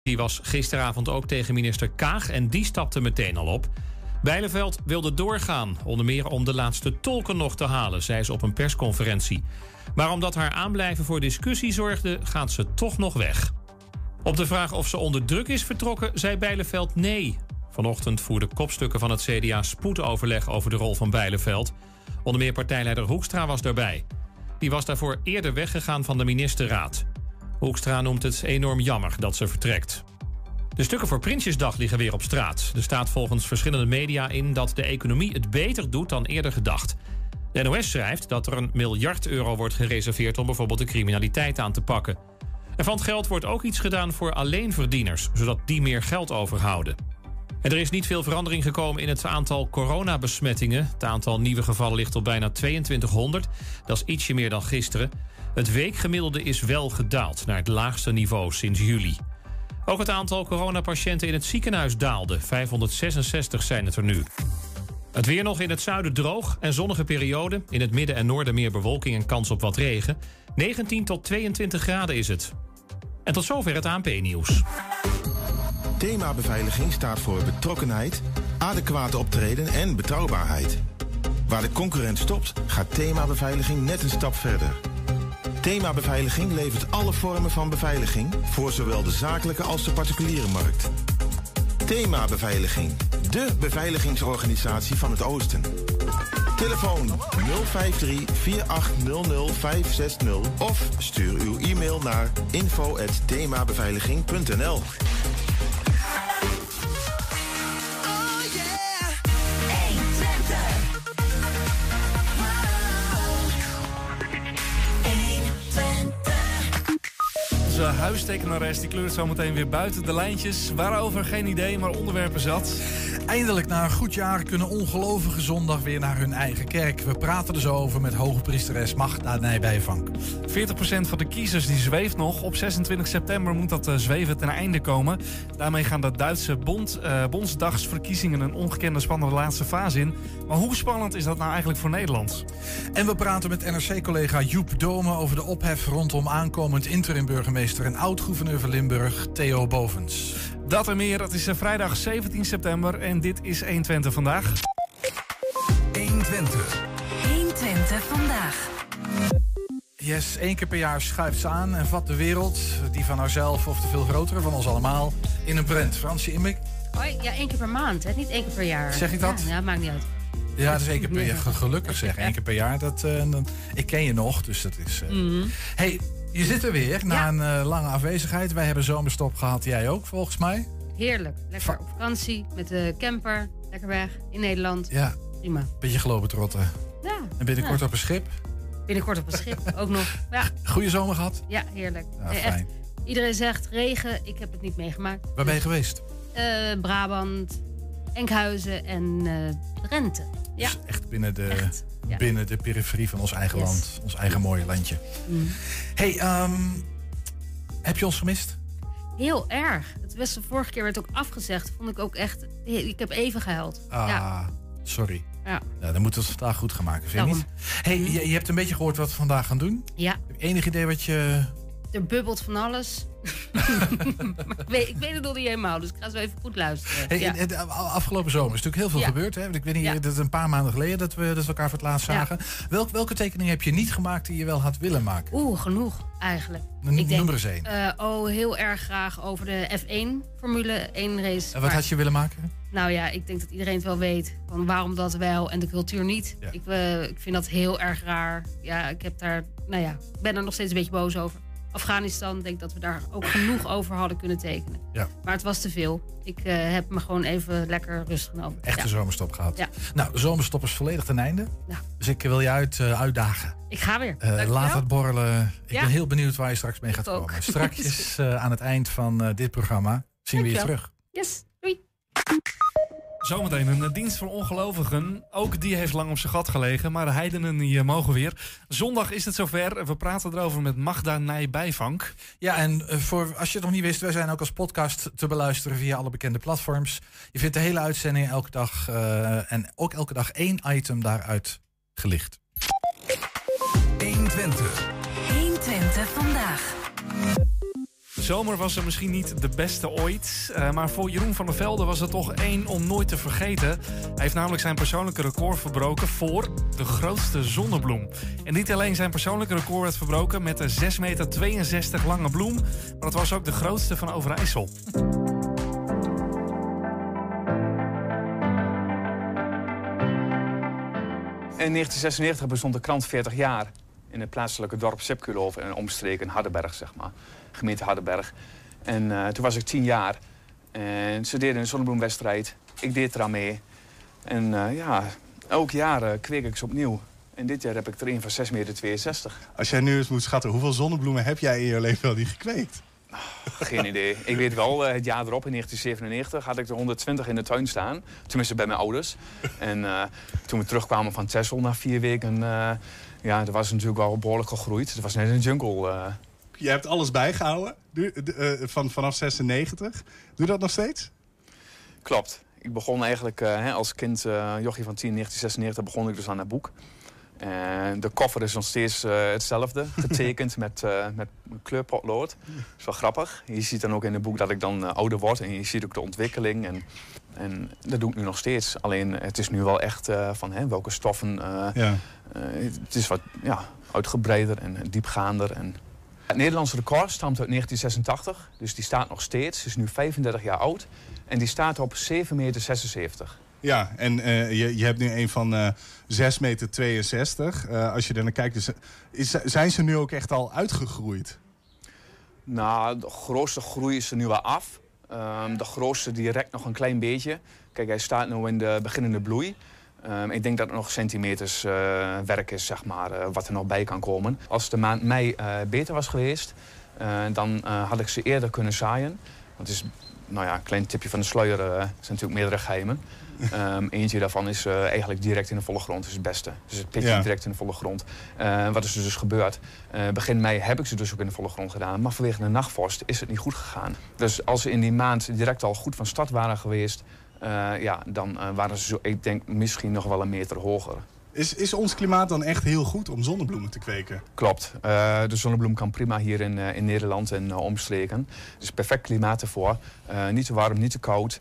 Die was gisteravond ook tegen minister Kaag en die stapte meteen al op. Bijleveld wilde doorgaan, onder meer om de laatste tolken nog te halen, zei ze op een persconferentie. Maar omdat haar aanblijven voor discussie zorgde, gaat ze toch nog weg. Op de vraag of ze onder druk is vertrokken, zei Bijleveld nee. Vanochtend voerden kopstukken van het CDA spoedoverleg over de rol van Bijleveld. Onder meer partijleider Hoekstra was daarbij. Die was daarvoor eerder weggegaan van de ministerraad. Hoekstra noemt het enorm jammer dat ze vertrekt. De stukken voor Prinsjesdag liggen weer op straat. Er staat volgens verschillende media in dat de economie het beter doet dan eerder gedacht. De NOS schrijft dat er €1 miljard wordt gereserveerd om bijvoorbeeld de criminaliteit aan te pakken. En van het geld wordt ook iets gedaan voor alleenverdieners, zodat die meer geld overhouden. En er is niet veel verandering gekomen in het aantal coronabesmettingen. Het aantal nieuwe gevallen ligt op bijna 2200. Dat is ietsje meer dan gisteren. Het weekgemiddelde is wel gedaald naar het laagste niveau sinds juli. Ook het aantal coronapatiënten in het ziekenhuis daalde. 566 zijn het er nu. Het weer nog in het zuiden droog en zonnige periode. In het midden en noorden meer bewolking en kans op wat regen. 19 tot 22 graden is het. En tot zover het ANP-nieuws. Thema beveiliging staat voor betrokkenheid, adequaat optreden en betrouwbaarheid. Waar de concurrent stopt, gaat Thema Beveiliging net een stap verder. Thema Beveiliging levert alle vormen van beveiliging voor zowel de zakelijke als de particuliere markt. Thema Beveiliging, de beveiligingsorganisatie van het Oosten. Telefoon 053-4800-560 of stuur uw e-mail naar info@themabeveiliging.nl. Onze huistekenares die kleurt zo meteen weer buiten de lijntjes. Waarover geen idee, maar onderwerpen zat. Eindelijk na een goed jaar kunnen ongelovigen zondag weer naar hun eigen kerk. We praten er zo over met hoge priesteres Magda Nijbijvank. 40% van de kiezers die zweeft nog. Op 26 september moet dat zweven ten einde komen. Daarmee gaan de Duitse bondsdagsverkiezingen een ongekende spannende laatste fase in. Maar hoe spannend is dat nou eigenlijk voor Nederland? En we praten met NRC-collega Joep Dome over de ophef rondom aankomend interim-burgemeester en oud-gouverneur van Limburg, Theo Bovens. Dat en meer, het is vrijdag 17 september en dit is 120 vandaag. 120. 120 vandaag. Yes, 1 keer per jaar schuift ze aan en vat de wereld, die van haarzelf of de veel grotere van ons allemaal, in een brand. Fransje Immig? Hoi, ja, 1 keer per maand, hè? Niet 1 keer per jaar. Zeg ik dat? Ja, maakt niet uit. Ja, dat is 1 keer per jaar. Gelukkig zeg, 1 keer per jaar. Ik ken je nog, dus dat is... Hey, je zit er weer na een lange afwezigheid. Wij hebben zomerstop gehad, jij ook volgens mij. Heerlijk, lekker op vakantie met de camper, lekker weg in Nederland. Ja, prima. Beetje globetrotten. Ja. En binnenkort op een schip. Binnenkort op een schip, ook nog. Ja. Goeie zomer gehad? Ja, heerlijk. Ja, nee, fijn. echt, iedereen zegt regen, ik heb het niet meegemaakt. Waar ben je geweest? Brabant, Enkhuizen en Drenthe. Ja. Dus echt binnen de periferie van ons eigen land. Ons eigen mooie landje. Hey, heb je ons gemist? Heel erg. Het was de vorige keer werd ook afgezegd. Vond ik ook echt... Ik heb even gehuild. Sorry. Ja. Dan moeten we het vandaag goed gaan maken, vind je niet? Hey, je hebt een beetje gehoord wat we vandaag gaan doen. Ja. Heb je enig idee wat je... Er bubbelt van alles. Maar ik weet het nog niet helemaal, dus ik ga zo even goed luisteren. Hey, afgelopen zomer is natuurlijk heel veel gebeurd. Hè? Ik weet niet, dat is een paar maanden geleden dat we elkaar voor het laatst zagen. Welke tekening heb je niet gemaakt die je wel had willen maken? Genoeg eigenlijk. Noem er eens één. Heel erg graag over de F1 Formule 1 race. En wat had je willen maken? Nou ja, ik denk dat iedereen het wel weet. Van waarom dat wel en de cultuur niet. Ja. Ik vind dat heel erg raar. Ja, ik ben er nog steeds een beetje boos over. Afghanistan, denk dat we daar ook genoeg over hadden kunnen tekenen. Ja. Maar het was te veel. Ik heb me gewoon even lekker rust genomen. Echte zomerstop gehad. Ja. Nou, de zomerstop is volledig ten einde. Ja. Dus ik wil je uitdagen. Ik ga weer. Laat het borrelen. Ik ben heel benieuwd waar je straks mee gaat komen. Strakjes aan het eind van dit programma zien we je terug. Yes, doei. Zometeen een dienst voor ongelovigen. Ook die heeft lang op zijn gat gelegen, maar de heidenen die mogen weer. Zondag is het zover. We praten erover met Magda Nijbijvank. Ja, en als je het nog niet wist, wij zijn ook als podcast te beluisteren via alle bekende platforms. Je vindt de hele uitzending elke dag en ook elke dag 1 item daaruit gelicht. 120. 120 vandaag. De zomer was er misschien niet de beste ooit. Maar voor Jeroen van der Velde was er toch één om nooit te vergeten. Hij heeft namelijk zijn persoonlijke record verbroken voor de grootste zonnebloem. En niet alleen zijn persoonlijke record werd verbroken met de 6,62 meter lange bloem, maar het was ook de grootste van Overijssel. In 1996 bestond de krant 40 jaar in het plaatselijke dorp Sipkuloven en omstreken Hardenberg, zeg maar. Gemeente Hardenberg. En toen was ik 10 jaar. En ze deden een zonnebloemwedstrijd. Ik deed eraan mee. En elk jaar kweek ik ze opnieuw. En dit jaar heb ik er een van 6,62 meter. Als jij nu eens moet schatten, hoeveel zonnebloemen heb jij in je leven wel niet gekweekt? Geen idee. Ik weet wel, het jaar erop, in 1997, had ik er 120 in de tuin staan. Tenminste, bij mijn ouders. En toen we terugkwamen van Texel na 4 weken... dat was natuurlijk wel behoorlijk gegroeid. Het was net een jungle. Je hebt alles bijgehouden vanaf 96. Doe je dat nog steeds? Klopt. Ik begon eigenlijk als kind, jochie van 10, 1996, begon ik dus aan het boek. De koffer is nog steeds hetzelfde, getekend met kleurpotlood. Dat is wel grappig. Je ziet dan ook in het boek dat ik dan ouder word en je ziet ook de ontwikkeling. En dat doe ik nu nog steeds. Alleen het is nu wel echt van welke stoffen. Het is wat uitgebreider en diepgaander. Het Nederlandse record stamt uit 1986, dus die staat nog steeds. Het is nu 35 jaar oud en die staat op 7,76 meter. Ja, en je hebt nu een van 6,62 meter. Als je er naar kijkt, zijn ze nu ook echt al uitgegroeid? Nou, de grootste groei is er nu wel af. De grootste die rekt nog een klein beetje. Kijk, hij staat nu in de beginnende bloei. Ik denk dat er nog centimeters werk is, zeg maar, wat er nog bij kan komen. Als de maand mei beter was geweest, dan had ik ze eerder kunnen zaaien. Want het is, een klein tipje van de sluier. Er zijn natuurlijk meerdere geheimen. Eentje daarvan is eigenlijk direct in de volle grond. Dat is het beste. Dus het pitje direct in de volle grond. Wat is er dus gebeurd? Begin mei heb ik ze dus ook in de volle grond gedaan. Maar vanwege de nachtvorst is het niet goed gegaan. Dus als ze in die maand direct al goed van start waren geweest... dan waren ze, ik denk, misschien nog wel een meter hoger. Is ons klimaat dan echt heel goed om zonnebloemen te kweken? Klopt. De zonnebloem kan prima hier in Nederland en omstreken. Het is perfect klimaat ervoor. Niet te warm, niet te koud.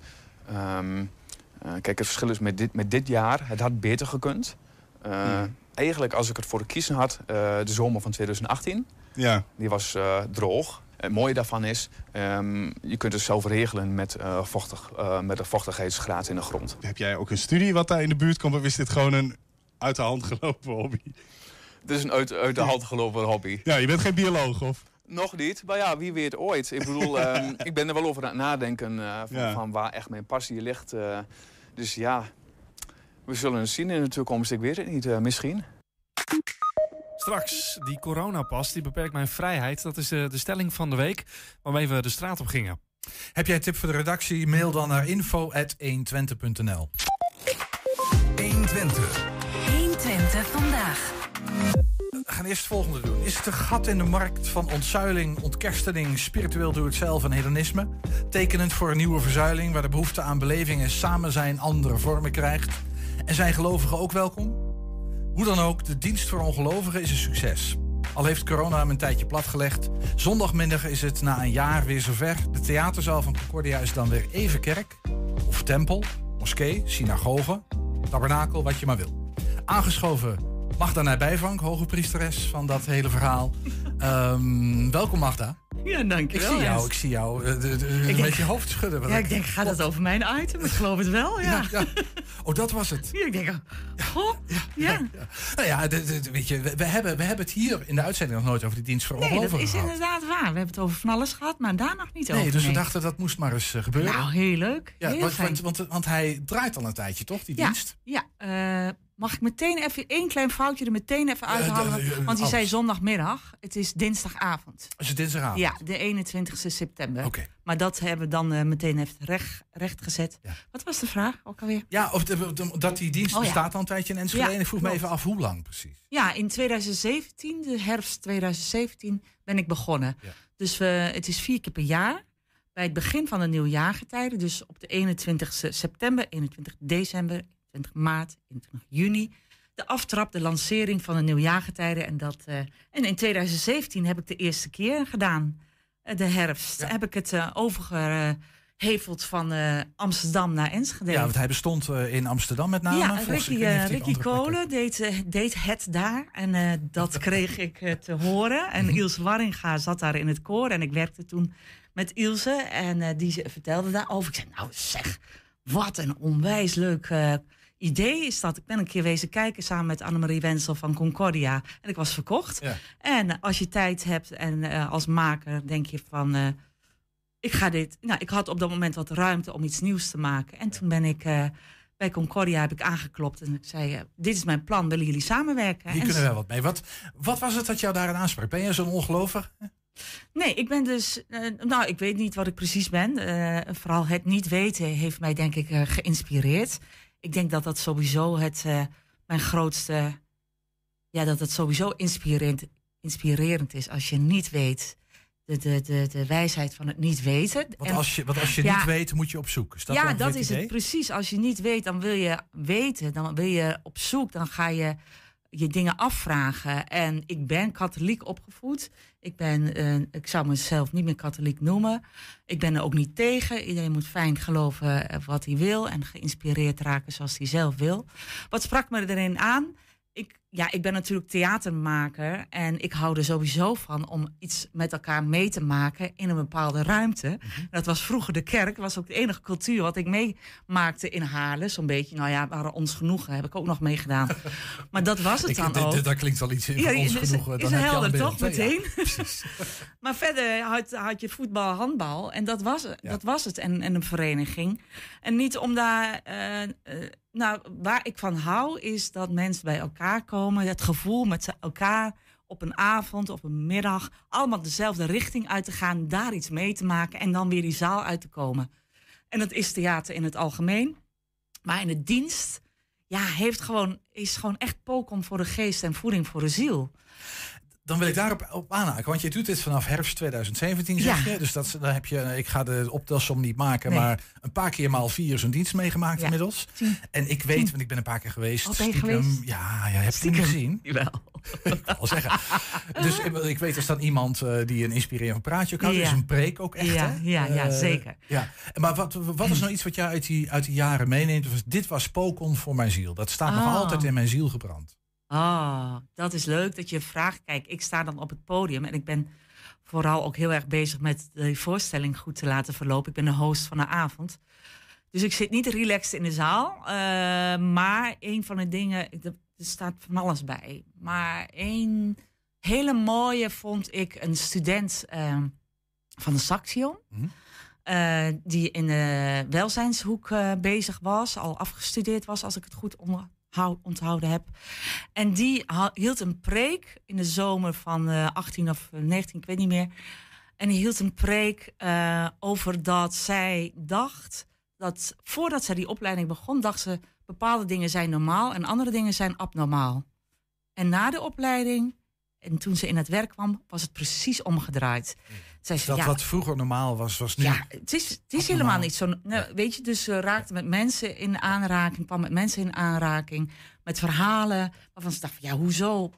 Kijk, het verschil is met dit jaar. Het had beter gekund. Eigenlijk, als ik het voor de kiezen had, de zomer van 2018. Ja. Die was droog. Het mooie daarvan is, je kunt het zelf regelen met een vochtigheidsgraad in de grond. Heb jij ook een studie wat daar in de buurt komt? Of is dit gewoon een uit de hand gelopen hobby? Dit is een uit de hand gelopen hobby. Ja, je bent geen bioloog, of? Nog niet, maar ja, wie weet ooit. Ik bedoel, ik ben er wel over aan het nadenken van waar echt mijn passie ligt. Dus ja, we zullen het zien in de toekomst. Ik weet het niet, misschien. Straks, die coronapas die beperkt mijn vrijheid. Dat is de stelling van de week waarmee we de straat op gingen. Heb jij een tip voor de redactie? Mail dan naar info@120.nl. 120. 120 vandaag. We gaan eerst het volgende doen. Is het een gat in de markt van ontzuiling, ontkerstening, spiritueel doe-het-zelf en hedonisme? Tekenend voor een nieuwe verzuiling waar de behoefte aan beleving en samen zijn andere vormen krijgt? En zijn gelovigen ook welkom? Hoe dan ook, de dienst voor ongelovigen is een succes. Al heeft corona hem een tijdje platgelegd. Zondagmiddag is het na een jaar weer zover. De theaterzaal van Concordia is dan weer even kerk. Of tempel, moskee, synagoge, tabernakel, wat je maar wil. Aangeschoven Magda Nijbijvank, hoge priesteres van dat hele verhaal. Welkom Magda. Ja, dankjewel. Ik zie jou een beetje hoofd schudden. Ja, ik denk, gaat het over mijn item? Ik geloof het wel, ja. Oh, dat was het. Ja, ik denk, ja. Nou ja, weet je, we hebben het hier in de uitzending nog nooit over die dienst voor ongelovigen gehad. Nee, dat is inderdaad waar. We hebben het over van alles gehad, maar daar nog niet over. Nee, dus we dachten dat moest maar eens gebeuren. Nou, heel leuk. Ja, want hij draait al een tijdje, toch, die dienst? Ja, mag ik meteen even één klein foutje er meteen even uithalen? Want die zei zondagmiddag. Het is dinsdagavond. Is het dinsdagavond? Ja, de 21ste september. Okay. Maar dat hebben we dan meteen even recht gezet. Ja. Wat was de vraag ook alweer? Ja, dat die dienst bestaat al een tijdje in Enschede. Ja, en ik vroeg me even af, hoe lang precies? Ja, in 2017, de herfst 2017, ben ik begonnen. Ja. Dus het is 4 keer per jaar. Bij het begin van de nieuwjaargetijden. Dus op de 21 september, 21 december... 20 maart, 21 juni. De aftrap, de lancering van de nieuwjaargetijden. En in 2017 heb ik de eerste keer gedaan. de herfst. Heb ik het overgeheveld van Amsterdam naar Enschede. Ja, want hij bestond in Amsterdam met name. Ja, Ricky Kolen deed het daar. En dat kreeg ik te horen. En Ilse Warringa zat daar in het koor. En ik werkte toen met Ilse. En die vertelde daarover. Ik zei, nou zeg, wat een onwijs leuk idee is dat. Ik ben een keer wezen kijken samen met Annemarie Wenzel van Concordia. En ik was verkocht. Ja. En als je tijd hebt en als maker denk je van... ik ga dit... Nou, ik had op dat moment wat ruimte om iets nieuws te maken. En toen ben ik... bij Concordia heb ik aangeklopt en ik zei... dit is mijn plan, willen jullie samenwerken? Hier kunnen we wel wat mee. Wat was het dat jou daarin aansprak? Ben jij zo'n ongelover? Nee, ik ben dus... ik weet niet wat ik precies ben. Vooral het niet weten heeft mij denk ik geïnspireerd. Ik denk dat dat sowieso mijn grootste... Ja, dat het sowieso inspirerend is als je niet weet... De wijsheid van het niet weten. Want als je niet weet, moet je op zoek. Is dat dat is het precies. Als je niet weet, dan wil je weten. Dan wil je op zoek. Dan ga je dingen afvragen. En ik ben katholiek opgevoed. Ik zou mezelf niet meer katholiek noemen. Ik ben er ook niet tegen. Iedereen moet fijn geloven wat hij wil. En geïnspireerd raken zoals hij zelf wil. Wat sprak me erin aan? Ik ben natuurlijk theatermaker en ik hou er sowieso van om iets met elkaar mee te maken in een bepaalde ruimte. Mm-hmm. Dat was vroeger de kerk, dat was ook de enige cultuur wat ik meemaakte in Haarlem. Zo'n beetje, waren ons genoegen, heb ik ook nog meegedaan. Maar dat was het dan ook. Dat klinkt wel iets van ons genoegen. Is helder toch, meteen? Ja, precies. Maar verder had je voetbal, handbal en dat was het. En een vereniging. En niet om daar... waar ik van hou is dat mensen bij elkaar komen. Het gevoel met elkaar op een avond, op een middag... allemaal dezelfde richting uit te gaan, daar iets mee te maken... en dan weer die zaal uit te komen. En dat is theater in het algemeen. Maar in de dienst is gewoon echt pokom voor de geest... en voeding voor de ziel. Dan wil ik daarop aanhaken, want je doet dit vanaf herfst 2017, zeg je. Dus dan heb je, ik ga de optelsom niet maken, maar een paar keer maal 4 zo'n dienst meegemaakt inmiddels. 10. En ik weet, want ik ben een paar keer geweest. Ben je geweest? Ja, heb je niet gezien? Jawel. Ik wil zeggen. Dus ik weet, er staat iemand die een inspirerend praatje ook houdt. Dus een preek ook echt, hè? Ja, zeker. Ja. Maar wat is nou iets wat jij uit die jaren meeneemt? Dit was Pokon voor mijn ziel. Dat staat nog altijd in mijn ziel gebrand. Dat is leuk dat je vraagt. Kijk, ik sta dan op het podium en ik ben vooral ook heel erg bezig met de voorstelling goed te laten verlopen. Ik ben de host van de avond. Dus ik zit niet relaxed in de zaal. Maar een van de dingen, er staat van alles bij. Maar een hele mooie vond ik een student van de Saxion. Die in de welzijnshoek bezig was, al afgestudeerd was, als ik het goed onthouden heb. En die hield een preek in de zomer van 18 of 19, ik weet niet meer. En die hield een preek over dat zij dacht dat voordat zij die opleiding begon, dacht ze bepaalde dingen zijn normaal en andere dingen zijn abnormaal. En na de opleiding en toen ze in het werk kwam, was het precies omgedraaid. Zei ze, wat vroeger normaal was nu... Ja, het is helemaal niet zo... weet je, dus ze raakte met mensen in aanraking, kwam met mensen in aanraking, met verhalen waarvan ze dacht van, hoezo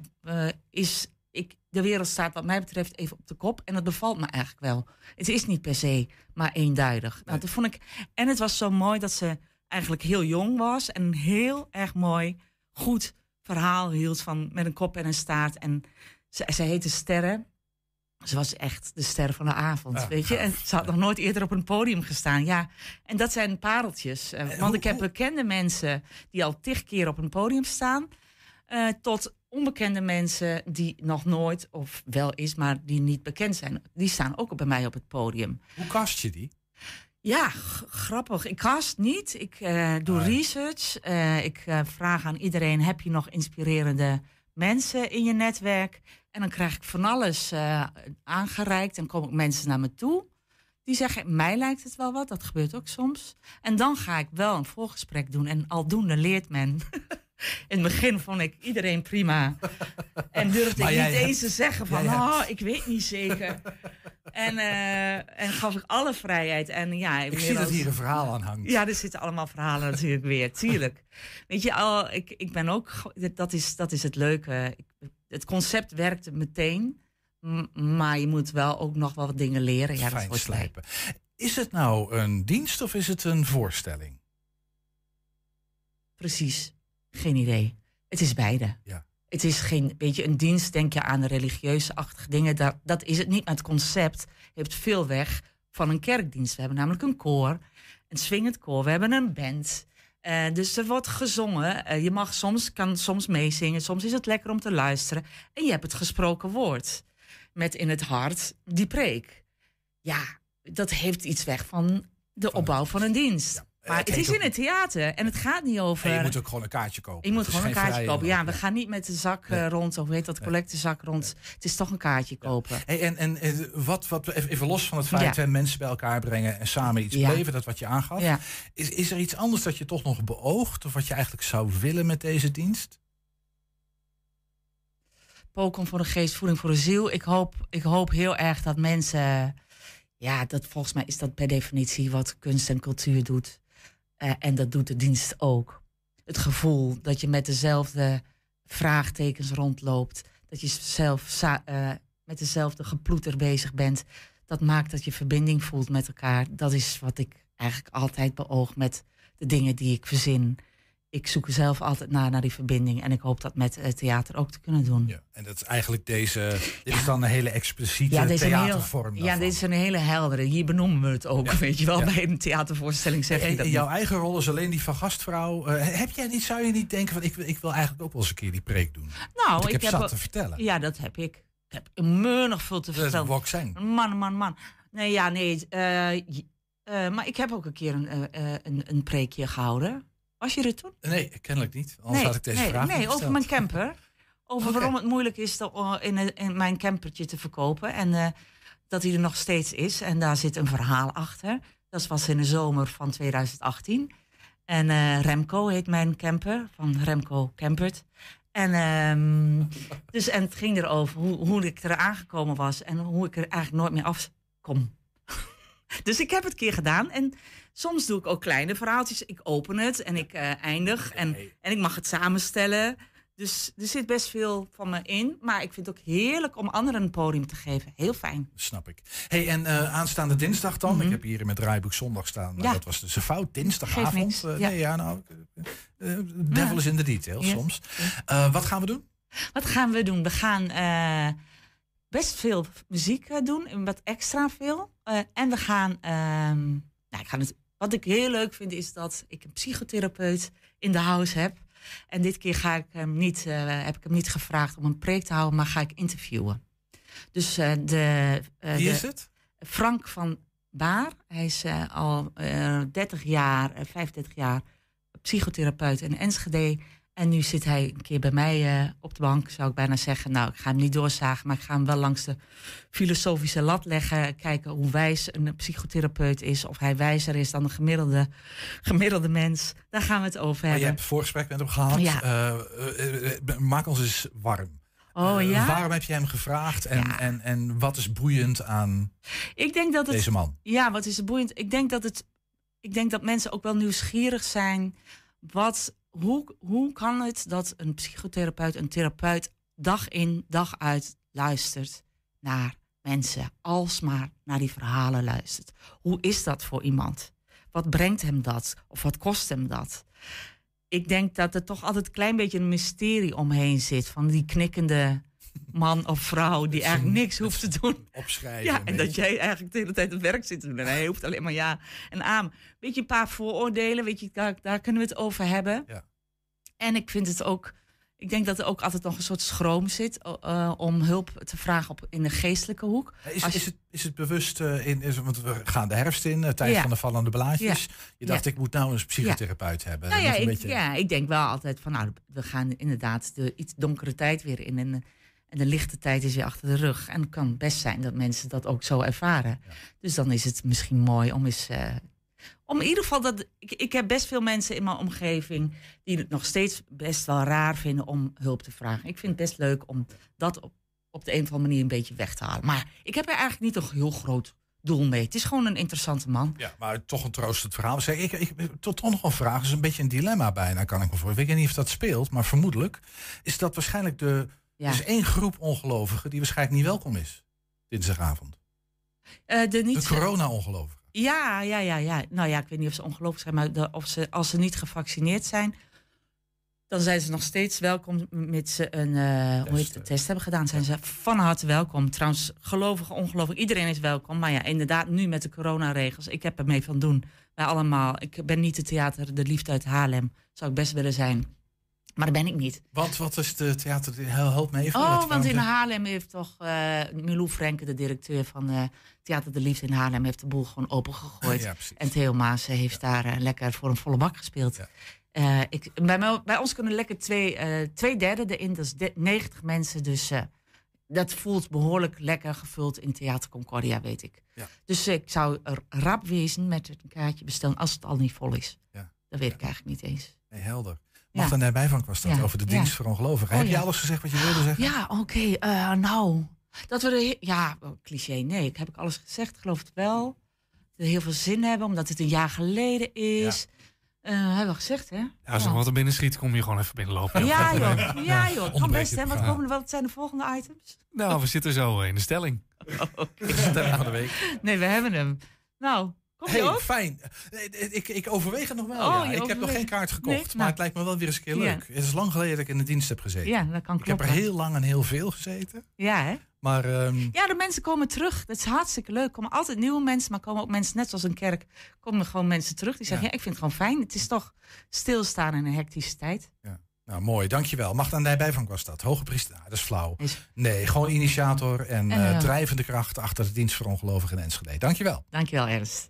de wereld staat wat mij betreft even op de kop en dat bevalt me eigenlijk wel. Het is niet per se maar eenduidig. Nee. Nou, dat vond ik... En het was zo mooi dat ze eigenlijk heel jong was en een heel erg mooi, goed verhaal hield met een kop en een staart. En ze heette Sterren. Ze was echt de ster van de avond, weet je. En ze had nog nooit eerder op een podium gestaan. Ja, en dat zijn pareltjes. Want ik heb bekende mensen die al 10 keer op een podium staan, tot onbekende mensen die nog nooit, of wel is, maar die niet bekend zijn. Die staan ook bij mij op het podium. Hoe cast je die? Ja, grappig. Ik cast niet. Ik doe research. Ik vraag aan iedereen, heb je nog inspirerende mensen in je netwerk? En dan krijg ik van alles aangereikt. En komen ook mensen naar me toe. Die zeggen, mij lijkt het wel wat. Dat gebeurt ook soms. En dan ga ik wel een voorgesprek doen. En aldoende leert men. In het begin vond ik iedereen prima. En durfde ik niet eens te zeggen van, ik weet niet zeker. En gaf ik alle vrijheid. En ik zie dat hier een verhaal aan hangt. Ja, er zitten allemaal verhalen natuurlijk weer, tuurlijk. Weet je, ik ben ook, dat is het leuke. Het concept werkte meteen. Maar je moet wel ook nog wel wat dingen leren. Ja, dat Fijn wordt slijpen. Is het nou een dienst of is het een voorstelling? Precies. Geen idee. Het is beide. Ja. Het is geen beetje een dienst, denk je aan de religieuze-achtige dingen. Dat is het niet. Maar het concept heeft veel weg van een kerkdienst. We hebben namelijk een koor, een swingend koor. We hebben een band. Dus er wordt gezongen. Je kan soms meezingen. Soms is het lekker om te luisteren. En je hebt het gesproken woord. Met in het hart die preek. Ja, dat heeft iets weg van de opbouw van een dienst. Ja. Maar het is in het theater en het gaat niet over... En je moet ook gewoon een kaartje kopen. Je moet gewoon een kaartje kopen. Ja, we gaan. gaan niet met de zak rond, of weet dat, collectezak rond. Het is toch een kaartje kopen. Hey, en wat even los van het feit dat mensen bij elkaar brengen en samen iets beleven, dat wat je aangaf. Ja. Is er iets anders dat je toch nog beoogt, of wat je eigenlijk zou willen met deze dienst? Poken voor de geest, voeding voor de ziel. Ik hoop heel erg dat mensen... Ja, dat volgens mij is dat per definitie wat kunst en cultuur doet. En dat doet de dienst ook. Het gevoel dat je met dezelfde vraagtekens rondloopt. Dat je zelf met dezelfde geploeter bezig bent. Dat maakt dat je verbinding voelt met elkaar. Dat is wat ik eigenlijk altijd beoog met de dingen die ik verzin. Ik zoek er zelf altijd naar die verbinding. En ik hoop dat met het theater ook te kunnen doen. Ja, en dat is eigenlijk dit is dan een hele expliciete theatervorm. Ja, dit is een hele heldere. Hier benoemen we het ook, weet je wel. Ja. Bij een theatervoorstelling zeg je dat. En jouw eigen rol is alleen die van gastvrouw. Zou je niet denken van ik wil eigenlijk ook wel eens een keer die preek doen? Nou, ik heb zat te vertellen. Ja, dat heb ik. Ik heb menig veel te vertellen. Dat is zijn. Man. Maar ik heb ook een keer een preekje gehouden. Was je er toen? Nee, kennelijk niet. Anders had ik deze vraag niet gesteld. Over mijn camper. Over waarom het moeilijk is in mijn campertje te verkopen. En dat hij er nog steeds is. En daar zit een verhaal achter. Dat was in de zomer van 2018. En Remco heet mijn camper. Van Remco Campert. En het ging erover hoe ik er aangekomen was. En hoe ik er eigenlijk nooit meer afkom. Dus ik heb het een keer gedaan. En soms doe ik ook kleine verhaaltjes. Ik open het en ik eindig. En ik mag het samenstellen. Dus er zit best veel van me in. Maar ik vind het ook heerlijk om anderen een podium te geven. Heel fijn. Snap ik. Hey, en aanstaande dinsdag dan? Ik heb hier in het draaiboek zondag staan. Maar dat was dus een fout. Dinsdagavond. Devil is in de details soms. Wat gaan we doen? Wat gaan we doen? We gaan best veel muziek doen. Wat extra veel. En we gaan... wat ik heel leuk vind is dat ik een psychotherapeut in de house heb. En dit keer heb ik hem niet gevraagd om een preek te houden, maar ga ik interviewen. Dus wie is het? Frank van Baar. Hij is al 35 jaar psychotherapeut in Enschede. En nu zit hij een keer bij mij op de bank, zou ik bijna zeggen. Nou, ik ga hem niet doorzagen, maar ik ga hem wel langs de filosofische lat leggen. Kijken hoe wijs een psychotherapeut is. Of hij wijzer is dan een gemiddelde mens. Daar gaan we het over hebben. Je hebt een voorgesprek met hem gehad. Ja. Maak ons eens warm. Oh, ja? Waarom heb je hem gevraagd? En wat is boeiend aan deze man? Ja, wat is boeiend? Ik denk dat mensen ook wel nieuwsgierig zijn. Hoe kan het dat een psychotherapeut, een therapeut dag in, dag uit luistert naar mensen, alsmaar naar die verhalen luistert? Hoe is dat voor iemand? Wat brengt hem dat? Of wat kost hem dat? Ik denk dat er toch altijd een klein beetje een mysterie omheen zit van die knikkende man of vrouw die eigenlijk niks hoeft te doen. Opschrijven. Ja, en dat jij eigenlijk de hele tijd het werk zit te doen. En hij hoeft alleen maar ja en aan. Weet je, een paar vooroordelen, weet je, daar kunnen we het over hebben. Ja. En ik denk dat er ook altijd nog een soort schroom zit om hulp te vragen in de geestelijke hoek. Is het bewust, want we gaan de herfst in, tijd van de vallende blaadjes. Ja. Je dacht, ik moet nou een psychotherapeut hebben. Nou ik denk wel altijd van, we gaan inderdaad de iets donkere tijd weer in. En de lichte tijd is weer achter de rug. En het kan best zijn dat mensen dat ook zo ervaren. Ja. Dus dan is het misschien mooi om eens... om in ieder geval ik heb best veel mensen in mijn omgeving die het nog steeds best wel raar vinden om hulp te vragen. Ik vind het best leuk om dat op de een of andere manier een beetje weg te halen. Maar ik heb er eigenlijk niet een heel groot doel mee. Het is gewoon een interessante man. Ja, maar toch een troostend verhaal. Tot nog een vraag. Dat is een beetje een dilemma bijna, kan ik me voorstellen. Ik weet niet of dat speelt, maar vermoedelijk is dat waarschijnlijk Ja. Er is één groep ongelovigen die waarschijnlijk niet welkom is. Dinsdagavond. De corona-ongelovigen. Ja. Nou ja, ik weet niet of ze ongelovig zijn, maar als ze niet gevaccineerd zijn, dan zijn ze nog steeds welkom, mits ze een test hebben gedaan. Zijn ze van harte welkom. Trouwens, gelovigen, ongelovigen, iedereen is welkom. Maar ja, inderdaad, nu met de coronaregels, ik heb er mee van doen. Wij allemaal. Ik ben niet het theater De Liefde uit Haarlem. Zou ik best willen zijn. Maar dat ben ik niet. Wat is de theater? Help me even. Want in Haarlem heeft toch Milou Frenke, de directeur van Theater De Liefde in Haarlem, heeft de boel gewoon opengegooid. Ja, en Theo Maas heeft daar lekker voor een volle bak gespeeld. Ja. Bij ons kunnen lekker 2/3 erin, dat is 90 mensen. Dus dat voelt behoorlijk lekker gevuld in Theater Concordia, weet ik. Ja. Dus ik zou er rap wezen met een kaartje bestellen als het al niet vol is. Ja. Dat weet ik eigenlijk niet eens. Nee, helder. Magda Nijbijvank was dat over de dienst voor ongelovigen. Heb je alles gezegd wat je wilde zeggen? Ja, oké. Nou, dat we cliché, nee. Heb ik alles gezegd, geloof het wel. Dat we heel veel zin hebben, omdat het een jaar geleden is. Hebben we gezegd, hè? Ja, als er wat er binnen schiet, kom je gewoon even binnenlopen. Ja, joh. Kan best, hè? Wat zijn de volgende items? Nou, we zitten zo in de stelling. De stelling van de week. Nee, we hebben hem. Nou, kom je ook? Fijn. Ik overweeg het nog wel. Ik heb nog geen kaart gekocht, maar het lijkt me wel weer eens een keer leuk. Het is lang geleden dat ik in de dienst heb gezeten. Ja, dat kan kloppen. Ik heb er heel lang en heel veel gezeten. Ja, hè? Maar, ja, de mensen komen terug. Dat is hartstikke leuk. Er komen altijd nieuwe mensen, maar komen ook mensen, net zoals een kerk, komen gewoon mensen terug. Die zeggen, ik vind het gewoon fijn. Het is toch stilstaan in een hectische tijd. Ja. Nou, mooi. Dankjewel. Magda Nijbijvank was dat. Hoge priester. Dat is flauw. Nee, gewoon initiator en drijvende kracht achter de dienst voor ongelovigen in Enschede. Dankjewel. Dankjewel, Ernst.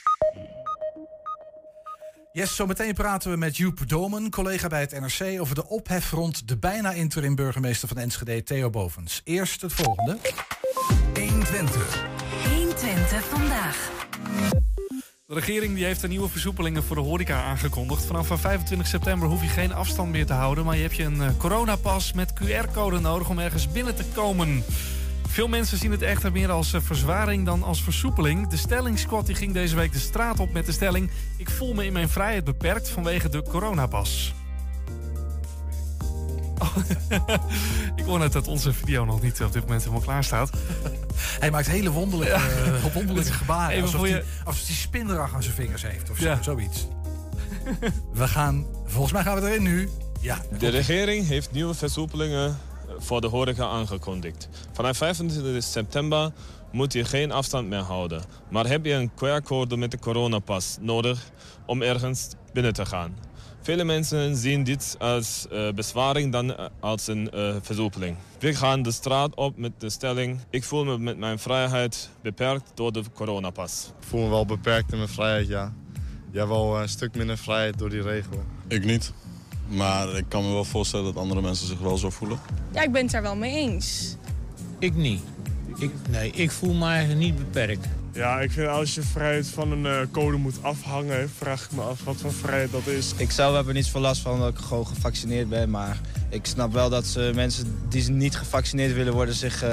Yes, zometeen praten we met Joep Domen, collega bij het NRC, over de ophef rond de bijna interim burgemeester van Enschede, Theo Bovens. Eerst het volgende. 120. 120 vandaag. De regering die heeft nieuwe versoepelingen voor de horeca aangekondigd. Vanaf 25 september hoef je geen afstand meer te houden, maar je hebt een coronapas met QR-code nodig om ergens binnen te komen. Veel mensen zien het echter meer als verzwaring dan als versoepeling. De stellingsquad die ging deze week de straat op met de stelling: ik voel me in mijn vrijheid beperkt vanwege de coronapas. Oh, ik hoor net dat onze video nog niet op dit moment helemaal klaar staat. Hij maakt hele wonderlijke gebaren. Alsof hij spinrag aan zijn vingers heeft of zoiets. Volgens mij gaan we erin nu. Ja, de regering heeft nieuwe versoepelingen voor de horeca aangekondigd. Vanaf 25 september moet je geen afstand meer houden. Maar heb je een QR-code met de coronapas nodig om ergens binnen te gaan. Vele mensen zien dit als bezwaring dan als een versoepeling. We gaan de straat op met de stelling: ik voel me met mijn vrijheid beperkt door de coronapas. Ik voel me wel beperkt in mijn vrijheid, ja. Jij wel een stuk minder vrijheid door die regel. Ik niet. Maar ik kan me wel voorstellen dat andere mensen zich wel zo voelen. Ja, ik ben het daar wel mee eens. Ik niet. Ik voel me eigenlijk niet beperkt. Ja, ik vind als je vrijheid van een code moet afhangen, vraag ik me af wat voor vrijheid dat is. Ik zelf heb er niet veel last van dat ik gewoon gevaccineerd ben. Maar ik snap wel dat mensen die niet gevaccineerd willen worden zich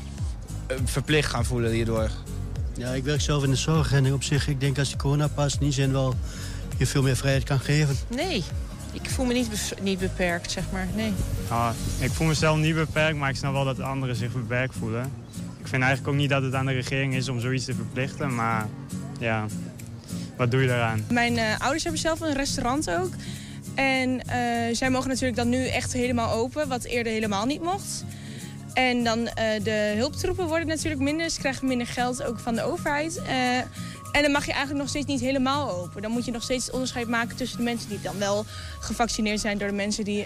verplicht gaan voelen hierdoor. Ja, ik werk zelf in de zorg en op zich, ik denk als die coronapas in die zin wel je veel meer vrijheid kan geven. Nee. Ik voel me niet beperkt, zeg maar. Nee. Ik voel mezelf niet beperkt, maar ik snap wel dat anderen zich beperkt voelen. Ik vind eigenlijk ook niet dat het aan de regering is om zoiets te verplichten, maar ja, wat doe je daaraan? Mijn ouders hebben zelf een restaurant ook. En zij mogen natuurlijk dan nu echt helemaal open, wat eerder helemaal niet mocht. En dan de hulptroepen worden natuurlijk minder, dus krijgen minder geld ook van de overheid. En dan mag je eigenlijk nog steeds niet helemaal open. Dan moet je nog steeds onderscheid maken tussen de mensen die dan wel gevaccineerd zijn door de mensen die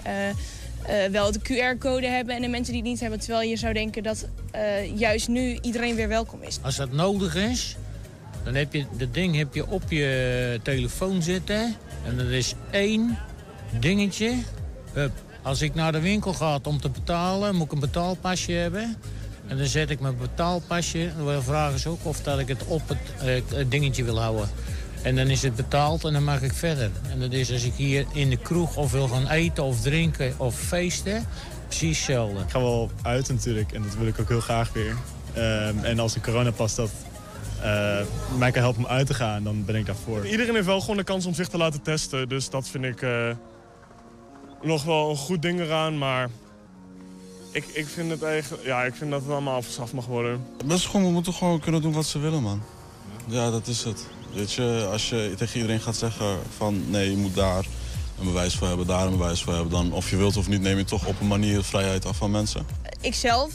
wel de QR-code hebben en de mensen die het niet hebben. Terwijl je zou denken dat juist nu iedereen weer welkom is. Als dat nodig is, dan heb je dat ding op je telefoon zitten. En dat is 1 dingetje. Als ik naar de winkel ga om te betalen, moet ik een betaalpasje hebben. En dan zet ik mijn betaalpasje. Dan vragen ze ook of dat ik het op het dingetje wil houden. En dan is het betaald en dan mag ik verder. En dat is als ik hier in de kroeg of wil gaan eten of drinken of feesten, precies hetzelfde. Ik ga wel uit natuurlijk en dat wil ik ook heel graag weer. En als de coronapas dat mij kan helpen om uit te gaan, dan ben ik daarvoor. Iedereen heeft wel gewoon de kans om zich te laten testen. Dus dat vind ik nog wel een goed ding eraan, maar Ik vind het eigenlijk... Ja, ik vind dat het allemaal afgeschaft mag worden. Mensen moeten gewoon kunnen doen wat ze willen, man. Ja, dat is het. Weet je, als je tegen iedereen gaat zeggen van... nee, je moet daar een bewijs voor hebben, daar een bewijs voor hebben... dan of je wilt of niet, neem je toch op een manier de vrijheid af van mensen. Ik zelf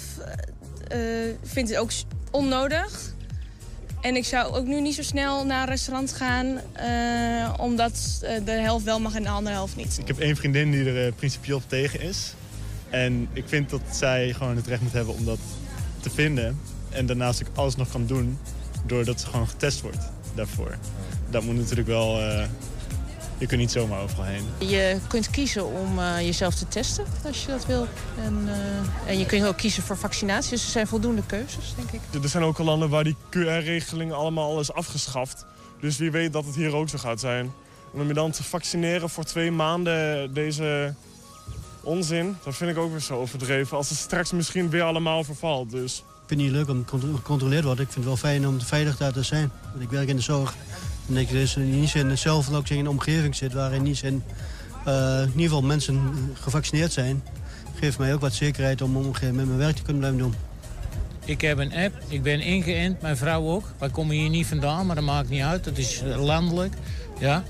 vind het ook onnodig. En ik zou ook nu niet zo snel naar een restaurant gaan... omdat de helft wel mag en de andere helft niet. Ik heb 1 vriendin die er principieel tegen is. En ik vind dat zij gewoon het recht moet hebben om dat te vinden. En daarnaast ook alles nog kan doen doordat ze gewoon getest wordt daarvoor. Dat moet natuurlijk wel... je kunt niet zomaar overal heen. Je kunt kiezen om jezelf te testen als je dat wil. En je kunt ook kiezen voor vaccinatie. Dus er zijn voldoende keuzes, denk ik. Er zijn ook al landen waar die QR-regeling allemaal is afgeschaft. Dus wie weet dat het hier ook zo gaat zijn. En om je dan te vaccineren voor 2 maanden deze onzin... dat vind ik ook weer zo overdreven. Als het straks misschien weer allemaal vervalt, dus... Ik vind het niet leuk om gecontroleerd te worden. Ik vind het wel fijn om veilig daar te zijn. Want ik werk in de zorg. En ik dus niet in zelf ook in een omgeving zit waarin niet in ieder geval mensen gevaccineerd zijn. Geeft mij ook wat zekerheid om met mijn werk te kunnen blijven doen. Ik heb een app, ik ben ingeënt, mijn vrouw ook. Wij komen hier niet vandaan, maar dat maakt niet uit. Dat is landelijk. Ja.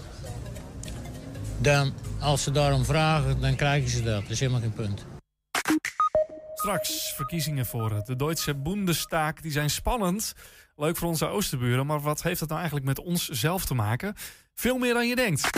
Dan, als ze daarom vragen, dan krijgen ze dat. Dat is helemaal geen punt. Straks verkiezingen voor de Duitse Bundestag. Die zijn spannend. Leuk voor onze oosterburen. Maar wat heeft dat nou eigenlijk met ons zelf te maken? Veel meer dan je denkt.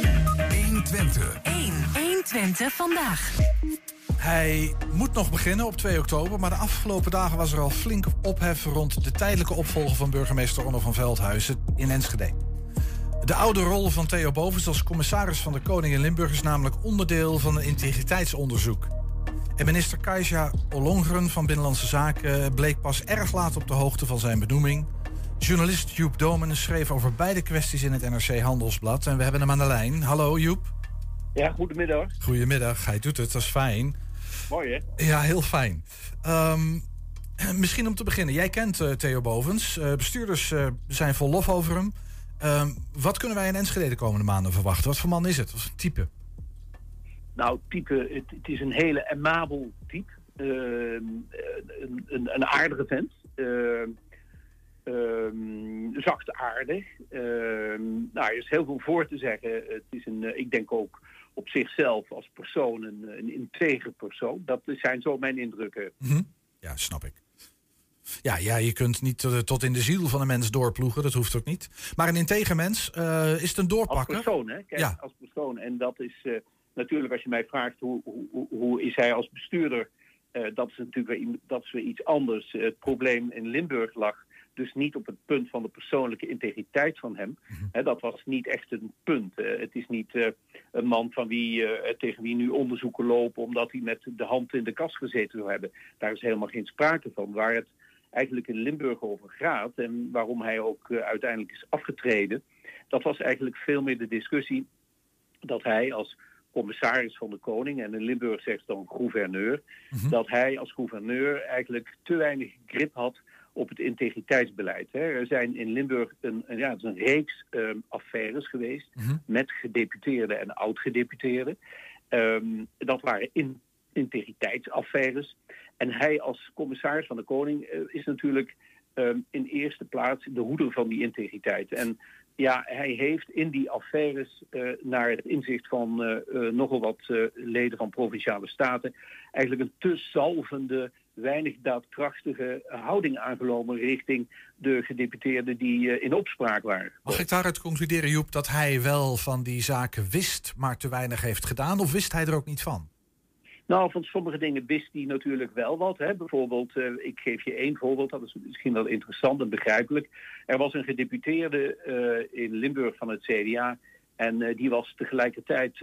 120. 120 vandaag. Hij moet nog beginnen op 2 oktober... maar de afgelopen dagen was er al flink ophef... rond de tijdelijke opvolger van burgemeester Onno van Veldhuizen in Enschede. De oude rol van Theo Bovens als commissaris van de Koning in Limburg... is namelijk onderdeel van een integriteitsonderzoek. En minister Kajsa Ollongren van Binnenlandse Zaken... bleek pas erg laat op de hoogte van zijn benoeming. Journalist Joep Domen schreef over beide kwesties in het NRC Handelsblad... en we hebben hem aan de lijn. Hallo Joep. Ja, goedemiddag. Goedemiddag, hij doet het, dat is fijn. Mooi, hè? Ja, heel fijn. Misschien om te beginnen. Jij kent Theo Bovens. Bestuurders zijn vol lof over hem. Wat kunnen wij in Enschede de komende maanden verwachten? Wat voor man is het? Wat voor type? Nou, type, het is een hele amabel type. Een aardige vent. Zachtaardig. Nou, er is heel veel voor te zeggen. Het is ik denk ook op zichzelf als persoon een integere persoon. Dat zijn zo mijn indrukken. Mm-hmm. Ja, snap ik. Ja, je kunt niet tot in de ziel van een mens doorploegen. Dat hoeft ook niet. Maar een integer mens, is het een doorpakker? Als persoon, hè? Kijk, ja. Als persoon. En dat is natuurlijk, als je mij vraagt hoe is hij als bestuurder... dat is natuurlijk weer iets anders. Het probleem in Limburg lag dus niet op het punt van de persoonlijke integriteit van hem. Mm-hmm. Dat was niet echt een punt. Het is niet een man tegen wie nu onderzoeken lopen... omdat hij met de hand in de kast gezeten zou hebben. Daar is helemaal geen sprake van. Waar het eigenlijk in Limburg over gaat... en waarom hij ook uiteindelijk is afgetreden... dat was eigenlijk veel meer de discussie... dat hij als commissaris van de Koning... en in Limburg zegt dan gouverneur... Mm-hmm. dat hij als gouverneur eigenlijk te weinig grip had... op het integriteitsbeleid. Er zijn in Limburg een reeks affaires geweest... Mm-hmm. met gedeputeerden en oud-gedeputeerden. Dat waren integriteitsaffaires. En hij als commissaris van de Koning is natuurlijk in eerste plaats de hoeder van die integriteit. En ja, hij heeft in die affaires naar het inzicht van nogal wat leden van Provinciale Staten... eigenlijk een te zalvende... weinig daadkrachtige houding aangenomen richting de gedeputeerden die in opspraak waren. Mag ik daaruit concluderen, Joep, dat hij wel van die zaken wist, maar te weinig heeft gedaan? Of wist hij er ook niet van? Nou, van sommige dingen wist hij natuurlijk wel wat. Hè. Bijvoorbeeld, ik geef je 1 voorbeeld, dat is misschien wel interessant en begrijpelijk. Er was een gedeputeerde in Limburg van het CDA... en die was tegelijkertijd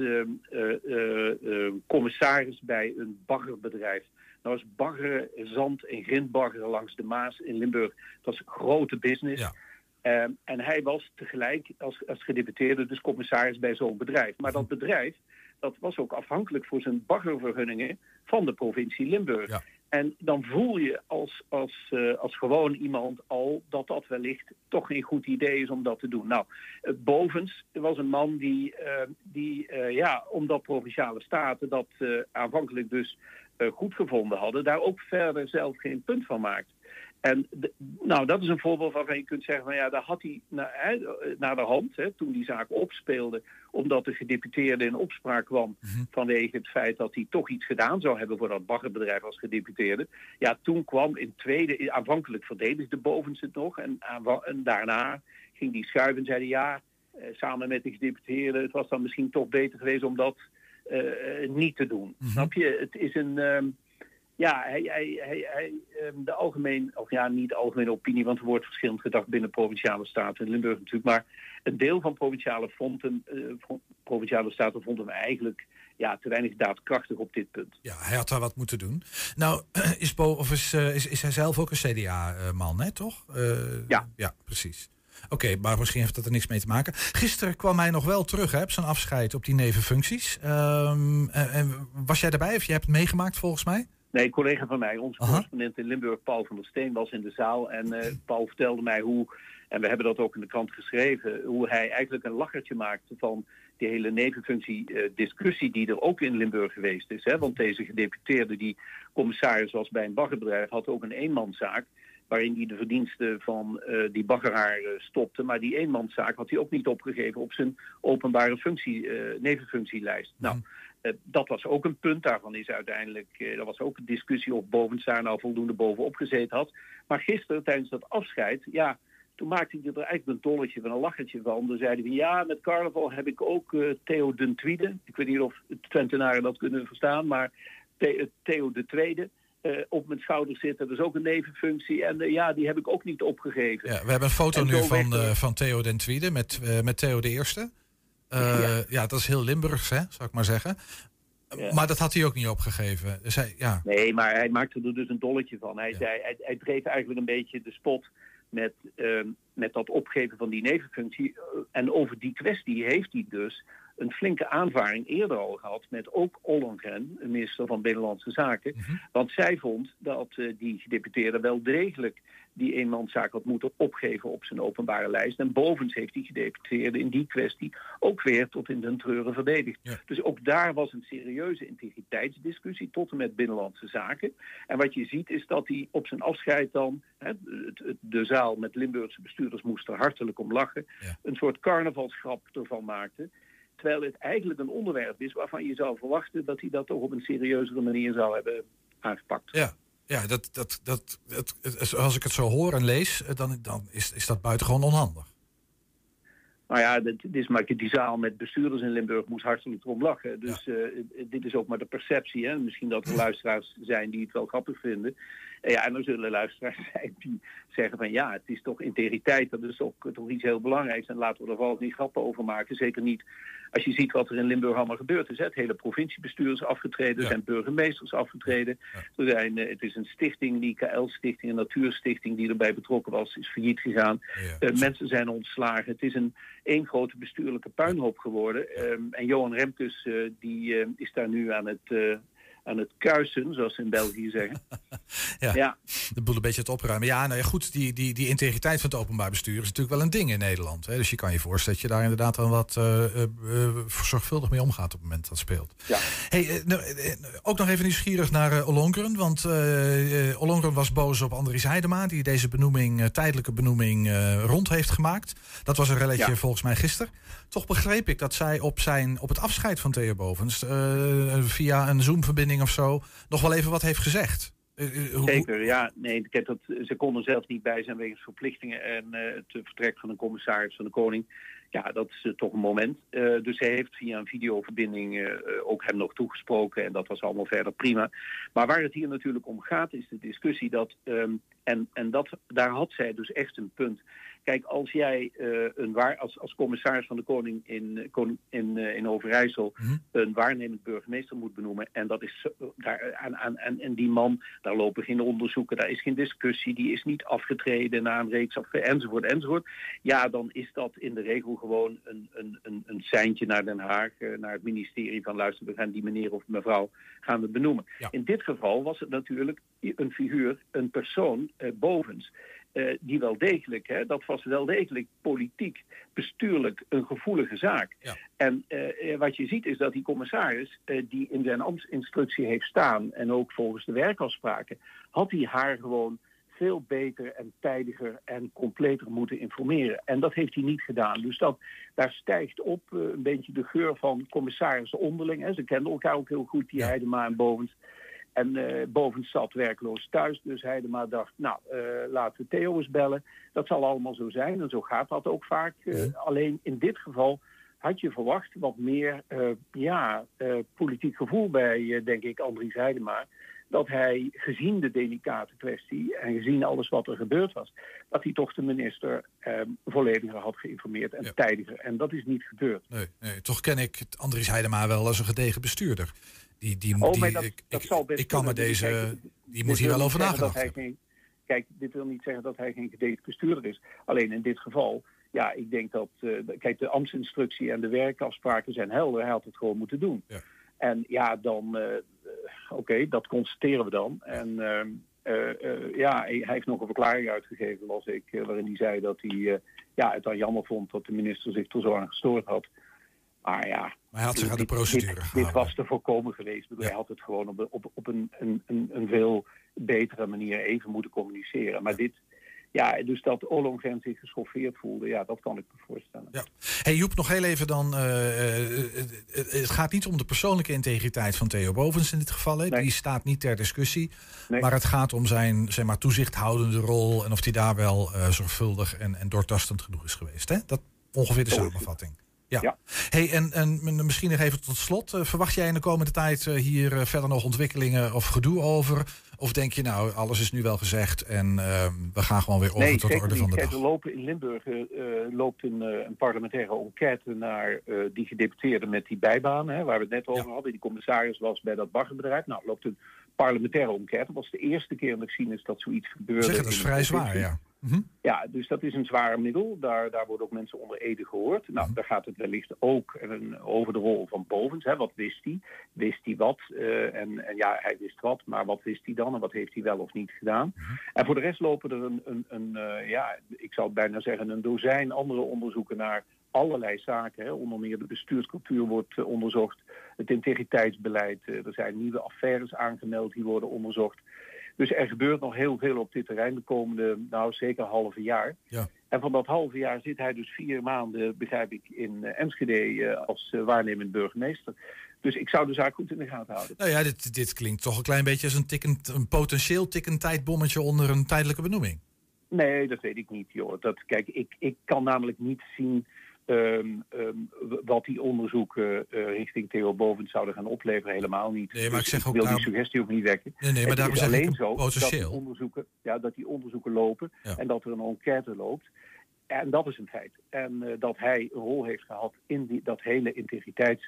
commissaris bij een baggerbedrijf. Nou is baggeren, zand en grindbaggeren langs de Maas in Limburg, dat is een grote business. Ja. En hij was tegelijk als gedeputeerde dus commissaris bij zo'n bedrijf. Maar dat bedrijf, dat was ook afhankelijk voor zijn baggervergunningen van de provincie Limburg. Ja. En dan voel je als gewoon iemand al dat wellicht toch geen goed idee is om dat te doen. Nou, Bovens was een man die omdat Provinciale Staten dat aanvankelijk dus goed gevonden hadden, daar ook verder zelf geen punt van maakt. En dat is een voorbeeld waarvan je kunt zeggen, daar had hij naar de hand, toen die zaak opspeelde, omdat de gedeputeerde in opspraak kwam vanwege het feit dat hij toch iets gedaan zou hebben voor dat baggerbedrijf als gedeputeerde. Ja, toen kwam aanvankelijk verdedigde Bovens het nog en daarna ging die schuiven en zeiden samen met de gedeputeerde, het was dan misschien toch beter geweest om dat niet te doen. Snap je? Het is een... de niet de algemene opinie, want er wordt verschillend gedacht binnen Provinciale Staten in Limburg natuurlijk, maar een deel van Provinciale Staten vond hem eigenlijk te weinig daadkrachtig op dit punt. Ja, hij had daar wat moeten doen. Nou, is hij zelf ook een CDA-man, hè, toch? Ja, precies. Oké, maar misschien heeft dat er niks mee te maken. Gisteren kwam hij nog wel terug op zijn afscheid op die nevenfuncties. Was jij daarbij of je hebt het meegemaakt volgens mij? Nee, een collega van mij, onze correspondent in Limburg, Paul van der Steen, was in de zaal. En Paul vertelde mij en we hebben dat ook in de krant geschreven, hoe hij eigenlijk een lachertje maakte van die hele nevenfunctie-discussie die er ook in Limburg geweest is. Hè? Want deze gedeputeerde, die commissaris was bij een baggerbedrijf, had ook een eenmanszaak waarin hij de verdiensten van die baggeraar stopte. Maar die eenmanszaak had hij ook niet opgegeven op zijn openbare nevenfunctielijst. Nou, dat was ook een punt. Daarvan is uiteindelijk, er was ook een discussie of Bovens daar nou voldoende bovenop gezeten had. Maar gisteren, tijdens dat afscheid, toen maakte hij er eigenlijk een dolletje van, een lachertje van. Dan zeiden we, met carnaval heb ik ook Theo den Tweede. Ik weet niet of Twentenaren dat kunnen verstaan, maar Theo de Tweede. Op mijn schouder zitten. Dat is ook een nevenfunctie. En die heb ik ook niet opgegeven. Ja, we hebben een foto nu van Theo den Tweede met Theo de Eerste. Dat is heel Limburgs, hè, zou ik maar zeggen. Maar dat had hij ook niet opgegeven. Dus Nee, maar hij maakte er dus een dolletje van. Hij dreef eigenlijk een beetje de spot met dat opgeven van die nevenfunctie. En over die kwestie heeft hij dus een flinke aanvaring eerder al gehad met ook Ollongren, de minister van Binnenlandse Zaken. Want zij vond dat die gedeputeerde wel degelijk die eenmanszaak had moeten opgeven op zijn openbare lijst. En bovens heeft die gedeputeerde in die kwestie ook weer tot in den treuren verdedigd. Ja. Dus ook daar was een serieuze integriteitsdiscussie tot en met Binnenlandse Zaken. En wat je ziet is dat hij op zijn afscheid dan, de zaal met Limburgse bestuurders moest er hartelijk om lachen, een soort carnavalsgrap ervan maakte. Terwijl het eigenlijk een onderwerp is waarvan je zou verwachten dat hij dat toch op een serieuzere manier zou hebben aangepakt. Ja, als ik het zo hoor en lees, dan is dat buitengewoon onhandig. Nou ja, die zaal met bestuurders in Limburg moest hartelijk erom lachen. Dus dit is ook maar de perceptie. Hè? Misschien dat er luisteraars zijn die het wel grappig vinden. En er zullen luisteraars zijn die zeggen van het is toch integriteit. Dat is toch iets heel belangrijks. En laten we er vooral niet grappen over maken. Zeker niet als je ziet wat er in Limburg allemaal gebeurd is. Hè? Het hele provinciebestuur is afgetreden. Er zijn burgemeesters afgetreden. Het is een stichting, de IKL-stichting, een natuurstichting die erbij betrokken was, is failliet gegaan. Mensen zijn ontslagen. Het is één grote bestuurlijke puinhoop geworden. En Johan Remkes die is daar nu aan het kuisen, zoals ze in België zeggen. De boel een beetje het opruimen. Ja, nou ja, goed, die integriteit van het openbaar bestuur is natuurlijk wel een ding in Nederland. Hè? Dus je kan je voorstellen dat je daar inderdaad dan wat zorgvuldig mee omgaat op het moment dat dat speelt. Ja. Ook nog even nieuwsgierig naar Ollongren, want Ollongren was boos op Andries Heidema, die deze tijdelijke benoeming rond heeft gemaakt. Dat was een relletje volgens mij gisteren. Toch begreep ik dat zij op het afscheid van Theo Bovens via een Zoom-verbinding of zo nog wel even wat heeft gezegd. Zeker, ja. Nee, ze konden zelf niet bij zijn wegens verplichtingen en het vertrek van een commissaris van de Koning. Ja, dat is toch een moment. Dus hij heeft via een videoverbinding ook hem nog toegesproken en dat was allemaal verder prima. Maar waar het hier natuurlijk om gaat is de discussie daar had zij dus echt een punt. Kijk, als jij als commissaris van de Koning in Overijssel een waarnemend burgemeester moet benoemen en dat is en die man, daar lopen geen onderzoeken, daar is geen discussie, die is niet afgetreden na een reeks enzovoort. Ja, dan is dat in de regel gewoon een seintje naar Den Haag, naar het ministerie van luister, we gaan die meneer of mevrouw gaan we benoemen. Ja. In dit geval was het natuurlijk een figuur, een persoon, Bovens. die wel degelijk, dat was wel degelijk politiek, bestuurlijk een gevoelige zaak. Ja. En wat je ziet is dat die commissaris, die in zijn ambtsinstructie heeft staan, en ook volgens de werkafspraken, had hij haar gewoon veel beter en tijdiger en completer moeten informeren. En dat heeft hij niet gedaan. Dus daar stijgt op een beetje de geur van commissarissen onderling. Hè. Ze kenden elkaar ook heel goed, die Heidema en Bovens. En Bovens zat werkloos thuis, dus Heidema dacht, laten we Theo eens bellen. Dat zal allemaal zo zijn en zo gaat dat ook vaak. Alleen in dit geval had je verwacht wat meer politiek gevoel bij, denk ik, Andries Heidema. Dat hij, gezien de delicate kwestie en gezien alles wat er gebeurd was, dat hij toch de minister vollediger had geïnformeerd en tijdiger. En dat is niet gebeurd. Nee, toch ken ik Andries Heidema wel als een gedegen bestuurder. Die moet hier wel over nagedacht hebben. Kijk, dit wil niet zeggen dat hij geen gedegen bestuurder is. Alleen in dit geval, ik denk dat de ambtsinstructie en de werkafspraken zijn helder. Hij had het gewoon moeten doen. Ja. En dan, dat constateren we dan. En hij heeft nog een verklaring uitgegeven, waarin hij zei dat hij het dan jammer vond dat de minister zich er zo aan gestoord had. Maar hij had zich aan de procedure gehouden. Dit was te voorkomen geweest. Hij had het gewoon op een veel betere manier even moeten communiceren. Maar dit, dus dat Ollongren zich geschoffeerd voelde, dat kan ik me voorstellen. Ja. Hey Joep, nog heel even dan. Het gaat niet om de persoonlijke integriteit van Theo Bovens in dit geval. Nee. Die staat niet ter discussie. Nee. Maar het gaat om zijn toezichthoudende rol en of hij daar wel zorgvuldig en doortastend genoeg is geweest. Hè? Dat ongeveer de samenvatting. Ja. Hey, en misschien nog even tot slot. Verwacht jij in de komende tijd hier verder nog ontwikkelingen of gedoe over? Of denk je alles is nu wel gezegd en we gaan gewoon weer over tot de orde van de dag? Er lopen in Limburg loopt een parlementaire enquête naar die gedeputeerden met die bijbanen, waar we het net over hadden. Die commissaris was bij dat baggerbedrijf. Nou, loopt een parlementaire enquête. Dat was de eerste keer in de geschiedenis dat zoiets gebeurde. Zeg, dat is vrij zwaar, ja. Mm-hmm. Ja, dus dat is een zwaar middel. Daar worden ook mensen onder ede gehoord. Nou, daar gaat het wellicht ook over de rol van Bovens. Wat wist hij? Wist hij wat? Hij wist wat, maar wat wist hij dan? En wat heeft hij wel of niet gedaan? Mm-hmm. En voor de rest lopen er ik zou bijna zeggen, een dozijn andere onderzoeken naar allerlei zaken. Onder meer de bestuurscultuur wordt onderzocht. Het integriteitsbeleid. Er zijn nieuwe affaires aangemeld die worden onderzocht. Dus er gebeurt nog heel veel op dit terrein de komende, zeker halve jaar. Ja. En van dat halve jaar zit hij dus 4 maanden, begrijp ik, in Enschede als waarnemend burgemeester. Dus ik zou de zaak goed in de gaten houden. Nou ja, dit klinkt toch een klein beetje als een potentieel tikkend tijdbommetje onder een tijdelijke benoeming. Nee, dat weet ik niet, joh. Kijk, ik kan namelijk niet zien wat die onderzoeken richting Theo Bovens zouden gaan opleveren, helemaal niet. Nee, maar ik wil die suggestie ook niet wekken. Nee, maar daarom zeg alleen ik zo potentieel. Dat die onderzoeken lopen en dat er een enquête loopt. En dat is een feit. En dat hij een rol heeft gehad in dat hele integriteits...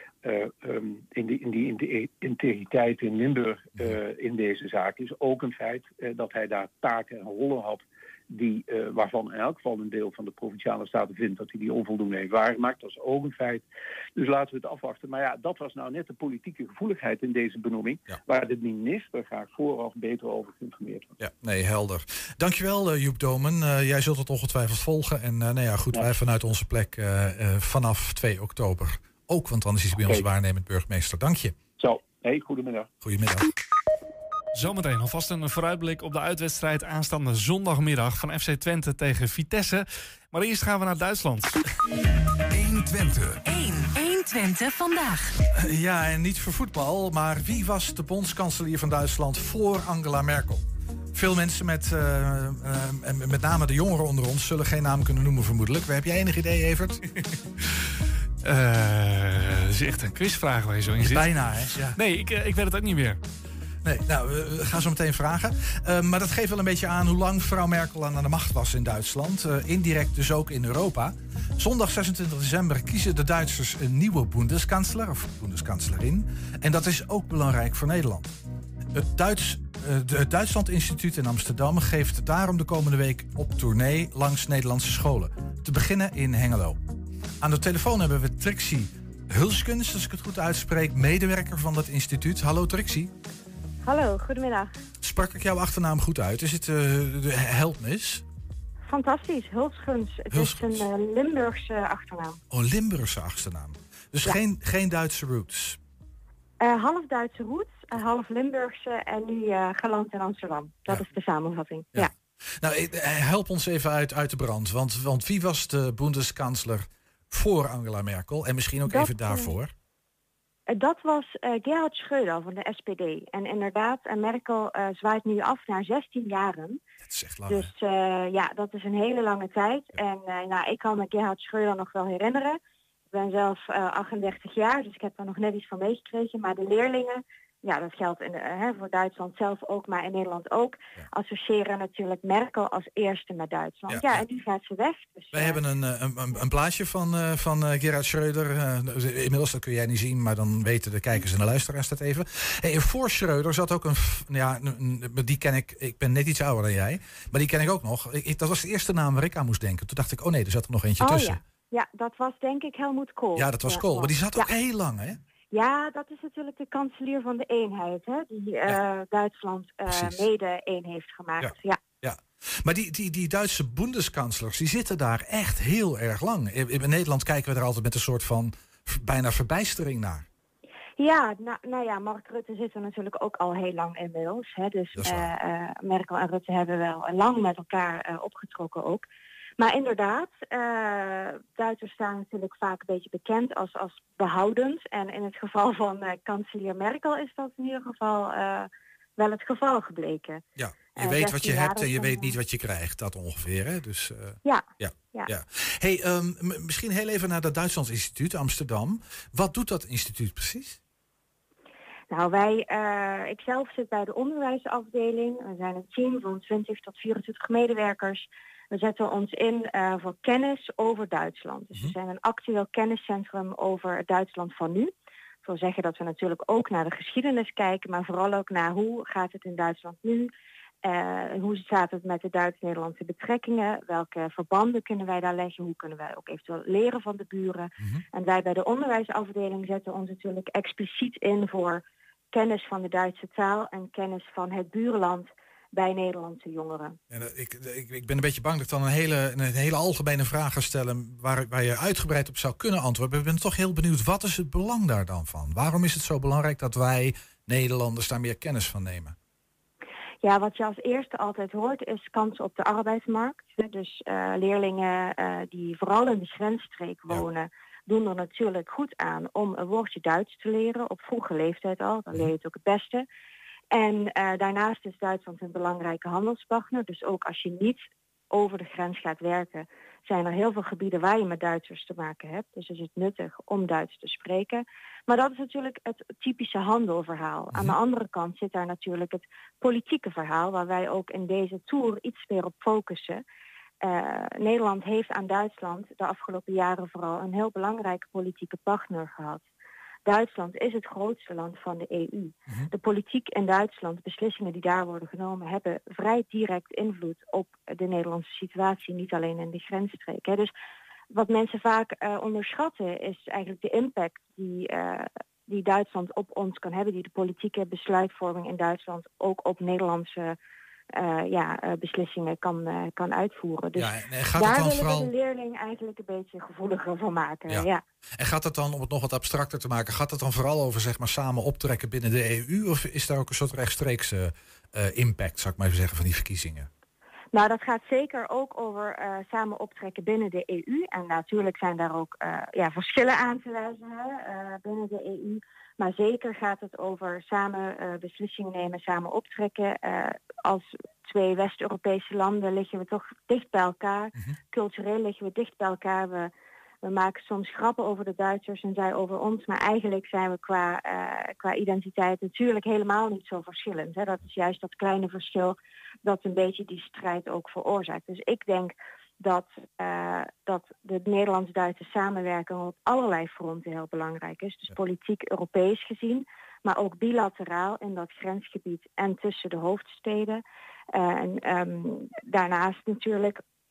in die integriteit in Limburg in deze zaak is ook een feit dat hij daar taken en rollen had waarvan in elk geval een deel van de Provinciale Staten vindt dat hij die onvoldoende heeft waargemaakt. Dat is ook een feit. Dus laten we het afwachten. Maar dat was nou net de politieke gevoeligheid in deze benoeming, waar de minister graag vooraf beter over geïnformeerd wordt. Ja, nee, helder. Dankjewel Joep Domen. Jij zult het ongetwijfeld volgen. En wij vanuit onze plek vanaf 2 oktober ook, want anders is hij bij ons waarnemend burgemeester. Dank je. Zo, goedemiddag. Goedemiddag. Zometeen alvast een vooruitblik op de uitwedstrijd aanstaande zondagmiddag van FC Twente tegen Vitesse. Maar eerst gaan we naar Duitsland. 120. 120 vandaag. Ja, en niet voor voetbal, maar wie was de bondskanselier van Duitsland voor Angela Merkel? Veel mensen met name de jongeren onder ons zullen geen naam kunnen noemen vermoedelijk. Heb jij enig idee, Evert? Dat is echt een quizvraag waar je zo in zit. Bijna, hè? Ja. Nee, ik weet het ook niet meer. Nee, we gaan zo meteen vragen. Maar dat geeft wel een beetje aan hoe lang mevrouw Merkel aan de macht was in Duitsland. Indirect dus ook in Europa. Zondag 26 december kiezen de Duitsers een nieuwe Bundeskanzler of Bundeskanzlerin. En dat is ook belangrijk voor Nederland. Het Duitsland Instituut in Amsterdam geeft daarom de komende week op tournee langs Nederlandse scholen. Te beginnen in Hengelo. Aan de telefoon hebben we Trixie Hulskens, als ik het goed uitspreek, medewerker van dat instituut. Hallo Trixie. Hallo, goedemiddag. Sprak ik jouw achternaam goed uit? Is het de Helpmis? Fantastisch, Hulsguns. Het is een Limburgse achternaam. Oh, Limburgse achternaam. Dus geen Duitse roots? Half Duitse roots, half Limburgse en nu geland in Amsterdam. Dat is de samenvatting. Ja. Nou, help ons even uit de brand. Want wie was de Bundeskanzler voor Angela Merkel? En misschien ook even daarvoor. Dat was Gerhard Schröder van de SPD. En inderdaad, Merkel zwaait nu af naar 16 jaren. Dat is echt lang. Dus dat is een hele lange tijd. En ik kan me Gerhard Schröder nog wel herinneren. Ik ben zelf 38 jaar, dus ik heb er nog net iets van meegekregen. Maar de leerlingen, dat geldt voor Duitsland zelf ook, maar in Nederland ook, associëren natuurlijk Merkel als eerste met Duitsland. En nu gaat ze weg. Dus, wij hebben een plaatje van Gerhard Schröder. Inmiddels, dat kun jij niet zien, maar dan weten de kijkers en de luisteraars dat even. Hey, voor Schröder zat ook die ken ik ben net iets ouder dan jij, maar die ken ik ook nog. Dat was de eerste naam waar ik aan moest denken. Toen dacht ik, er zat er nog eentje tussen. Ja, dat was denk ik Helmut Kohl. Ja, dat was Kohl, maar die zat ook heel lang, hè? Ja, dat is natuurlijk de kanselier van de eenheid, hè? Die Duitsland mede één heeft gemaakt. Ja. Maar die Duitse Bundeskanzlers, die zitten daar echt heel erg lang. In Nederland kijken we er altijd met een soort van bijna verbijstering naar. Ja, Mark Rutte zit er natuurlijk ook al heel lang inmiddels. Hè? Dus Merkel en Rutte hebben wel lang met elkaar opgetrokken ook. Maar inderdaad, Duitsers staan natuurlijk vaak een beetje bekend als behoudend. En in het geval van kanselier Merkel is dat in ieder geval wel het geval gebleken. Ja, je weet wat je hebt en je weet niet wat je krijgt, dat ongeveer. Hè? Dus, Ja. Hey, misschien heel even naar dat Duitslands Instituut Amsterdam. Wat doet dat instituut precies? Nou, ik zelf zit bij de onderwijsafdeling. We zijn een team van 20 tot 24 medewerkers. We zetten ons in voor kennis over Duitsland. Dus we zijn een actueel kenniscentrum over het Duitsland van nu. Dat wil zeggen dat we natuurlijk ook naar de geschiedenis kijken, maar vooral ook naar hoe gaat het in Duitsland nu? Hoe staat het met de Duits-Nederlandse betrekkingen? Welke verbanden kunnen wij daar leggen? Hoe kunnen wij ook eventueel leren van de buren? En wij bij de onderwijsafdeling zetten ons natuurlijk expliciet in voor kennis van de Duitse taal en kennis van het buurland bij Nederlandse jongeren. En ik ben een beetje bang dat ik dan een hele algemene vraag ga stellen waar je uitgebreid op zou kunnen antwoorden. Ik ben toch heel benieuwd, wat is het belang daar dan van? Waarom is het zo belangrijk dat wij Nederlanders daar meer kennis van nemen? Ja, wat je als eerste altijd hoort is kansen op de arbeidsmarkt. Dus leerlingen die vooral in de grensstreek wonen, doen er natuurlijk goed aan om een woordje Duits te leren, op vroege leeftijd al. Dan leer je het ook het beste. En daarnaast is Duitsland een belangrijke handelspartner. Dus ook als je niet over de grens gaat werken, zijn er heel veel gebieden waar je met Duitsers te maken hebt. Dus is het nuttig om Duits te spreken. Maar dat is natuurlijk het typische handelverhaal. Aan de andere kant zit daar natuurlijk het politieke verhaal, waar wij ook in deze tour iets meer op focussen. Nederland heeft aan Duitsland de afgelopen jaren vooral een heel belangrijke politieke partner gehad. Duitsland is het grootste land van de EU. De politiek in Duitsland, beslissingen die daar worden genomen, hebben vrij direct invloed op de Nederlandse situatie, niet alleen in de grensstreek. Dus wat mensen vaak onderschatten is eigenlijk de impact die Duitsland op ons kan hebben, die de politieke besluitvorming in Duitsland ook op Nederlandse beslissingen kan uitvoeren. Dus daar willen we de leerling eigenlijk een beetje gevoeliger voor maken. Ja. En gaat dat dan, om het nog wat abstracter te maken, gaat dat dan vooral over zeg maar samen optrekken binnen de EU? Of is daar ook een soort rechtstreekse impact, zou ik maar even zeggen, van die verkiezingen? Nou, dat gaat zeker ook over samen optrekken binnen de EU. En natuurlijk zijn daar ook verschillen aan te wijzen binnen de EU. Maar zeker gaat het over samen beslissingen nemen, samen optrekken. Als twee West-Europese landen liggen we toch dicht bij elkaar. Cultureel liggen we dicht bij elkaar. We maken soms grappen over de Duitsers en zij over ons. Maar eigenlijk zijn we qua identiteit natuurlijk helemaal niet zo verschillend. Hè. Dat is juist dat kleine verschil dat een beetje die strijd ook veroorzaakt. Dus ik denk dat de Nederlands-Duitse samenwerking op allerlei fronten heel belangrijk is. Dus politiek Europees gezien, maar ook bilateraal in dat grensgebied en tussen de hoofdsteden. Daarnaast natuurlijk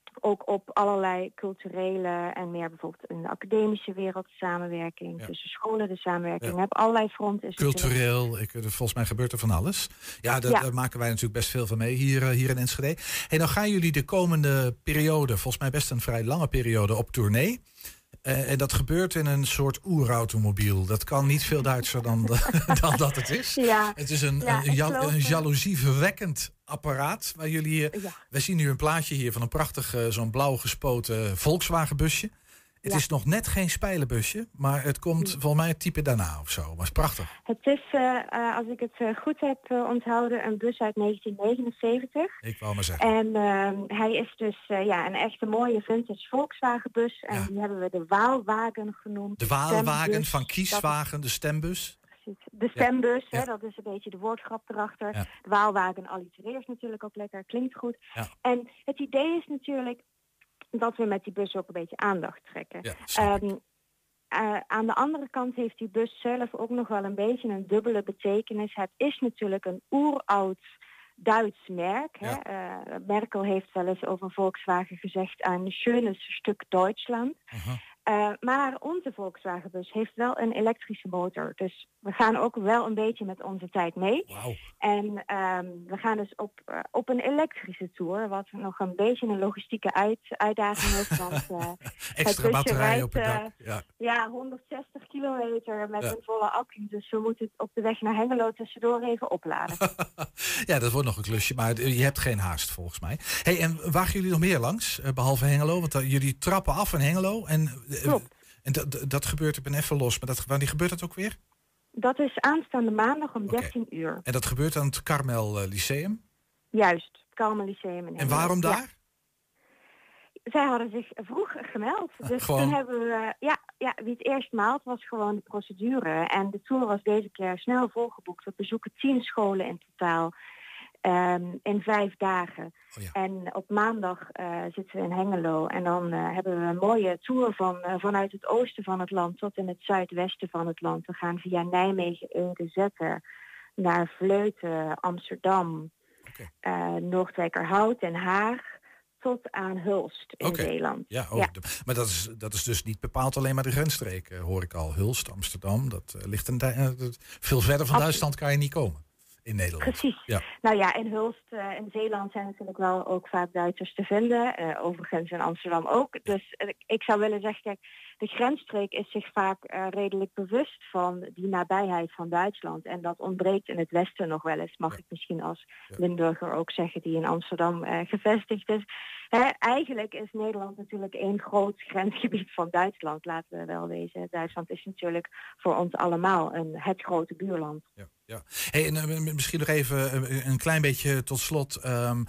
ook op allerlei culturele en meer bijvoorbeeld in de academische wereld samenwerking, tussen scholen de samenwerking. We hebben allerlei fronten. Cultureel, volgens mij gebeurt er van alles. Ja, daar maken wij natuurlijk best veel van mee hier in Enschede. Hey, dan gaan jullie de komende periode, volgens mij best een vrij lange periode, op tournee. En dat gebeurt in een soort oerautomobiel. Dat kan niet veel Duitser dan dat het is. Ja. Het is een jaloezieverwekkend apparaat. Waar jullie, wij zien nu een plaatje hier van een prachtig zo'n blauw gespoten Volkswagen busje. Het is nog net geen spijlenbusje, maar het komt volgens mij het type daarna of zo. Maar het is prachtig. Het is, als ik het goed heb onthouden, een bus uit 1979. Ik wou maar zeggen. En hij is dus een echte mooie vintage Volkswagen bus. En die hebben we de Waalwagen genoemd. De Waalwagen van Kieswagen, de stembus. De stembus, dat is een beetje de woordgrap erachter. Ja. De Waalwagen allitereert natuurlijk ook lekker, klinkt goed. Ja. En het idee is natuurlijk dat we met die bus ook een beetje aandacht trekken. Ja, aan de andere kant heeft die bus zelf ook nog wel een beetje een dubbele betekenis. Het is natuurlijk een oeroud Duits merk. Ja. Merkel heeft wel eens over Volkswagen gezegd, een schönes stuk Duitsland. Maar onze Volkswagenbus heeft wel een elektrische motor. Dus we gaan ook wel een beetje met onze tijd mee. Wow. En we gaan dus op een elektrische tour, wat nog een beetje een logistieke uitdaging is. Want extra batterij op het dak. 160 kilometer met een volle accu. Dus we moeten het op de weg naar Hengelo tussendoor even opladen. Ja, dat wordt nog een klusje, maar je hebt geen haast volgens mij. Hey, en waar gaan jullie nog meer langs, behalve Hengelo? Want jullie trappen af in Hengelo. En dat gebeurt, ik ben even los, maar wanneer gebeurt dat ook weer? Dat is aanstaande maandag om 13 uur. En dat gebeurt aan het Carmel Lyceum? Juist, het Carmel Lyceum. En waarom daar? Zij hadden zich vroeg gemeld. Dus toen hebben we, wie het eerst maalt was gewoon de procedure. En de tour was deze keer snel volgeboekt. We bezoeken 10 scholen in totaal. In 5 dagen. En op maandag zitten we in Hengelo. En dan hebben we een mooie tour vanuit het oosten van het land tot in het zuidwesten van het land. We gaan via Nijmegen, Ede, Zetten naar Vleuten, Amsterdam, Noordwijkerhout, Den Haag tot aan Hulst in Zeeland. Ja, maar dat is dus niet bepaald alleen maar de grensstreek, hoor ik al. Hulst, Amsterdam, dat ligt veel verder van Duitsland kan je niet komen. In Nederland. Precies. Ja. Nou ja, in Hulst in Zeeland zijn natuurlijk wel ook vaak Duitsers te vinden. Overigens in Amsterdam ook. Dus ik zou willen zeggen, kijk, de grensstreek is zich vaak redelijk bewust van die nabijheid van Duitsland. En dat ontbreekt in het westen nog wel eens, mag ik misschien als Limburger ook zeggen, die in Amsterdam gevestigd is. Eigenlijk is Nederland natuurlijk één groot grensgebied van Duitsland, laten we wel wezen. Duitsland is natuurlijk voor ons allemaal het grote buurland. Ja. Hey, en misschien nog even een klein beetje tot slot.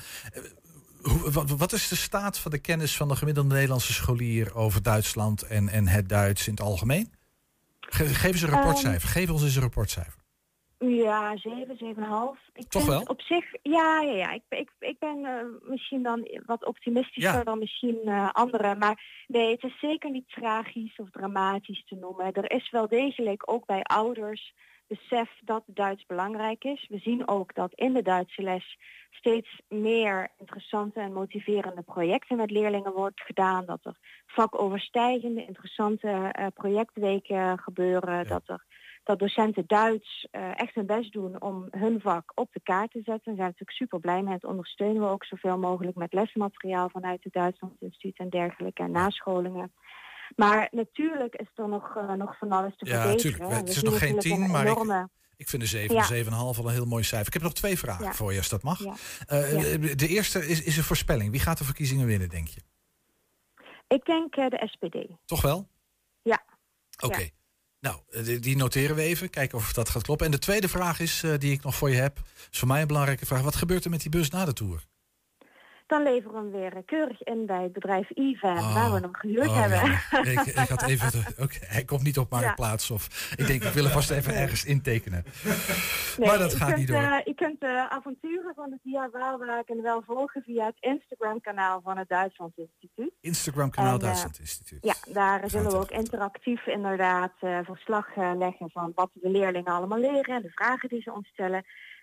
Wat is de staat van de kennis van de gemiddelde Nederlandse scholier over Duitsland en het Duits in het algemeen? Geef eens een rapportcijfer. Geef ons eens een rapportcijfer. Ja, 7,5. Toch wel? Op zich, ja. Ik ben misschien dan wat optimistischer dan misschien anderen. Maar nee, het is zeker niet tragisch of dramatisch te noemen. Er is wel degelijk ook bij ouders besef dat Duits belangrijk is. We zien ook dat in de Duitse les steeds meer interessante en motiverende projecten met leerlingen wordt gedaan. Dat er vakoverstijgende, interessante projectweken gebeuren. Dat docenten Duits echt hun best doen om hun vak op de kaart te zetten. Daar zijn we natuurlijk super blij mee. Dat ondersteunen we ook zoveel mogelijk met lesmateriaal vanuit het Duitsland Instituut en dergelijke en nascholingen. Maar natuurlijk is er nog van alles te verbeteren. Natuurlijk. Het is nog geen 10, maar ik vind de 7,5 al een heel mooi cijfer. Ik heb nog 2 vragen voor je, als dat mag. Ja. De eerste is een voorspelling. Wie gaat de verkiezingen winnen, denk je? Ik denk de SPD. Toch wel? Ja. Oké. Nou, die noteren we even. Kijken of dat gaat kloppen. En de tweede vraag is, die ik nog voor je heb, is voor mij een belangrijke vraag. Wat gebeurt er met die bus na de Tour? Dan leveren we hem weer keurig in bij het bedrijf IVAN, waar we hem gehuurd hebben. Ja. Ik had even... hij komt niet op Marktplaats of... Ik denk, ik wil er vast even ergens intekenen. Nee, maar dat gaat niet door. Je kunt de avonturen van het Dia Waalwagen wel volgen via het Instagram-kanaal van het Duitsland Instituut. Instagram-kanaal Duitsland Instituut. Ja, daar zullen we ook interactief inderdaad verslag leggen van wat de leerlingen allemaal leren en de vragen die ze ons stellen.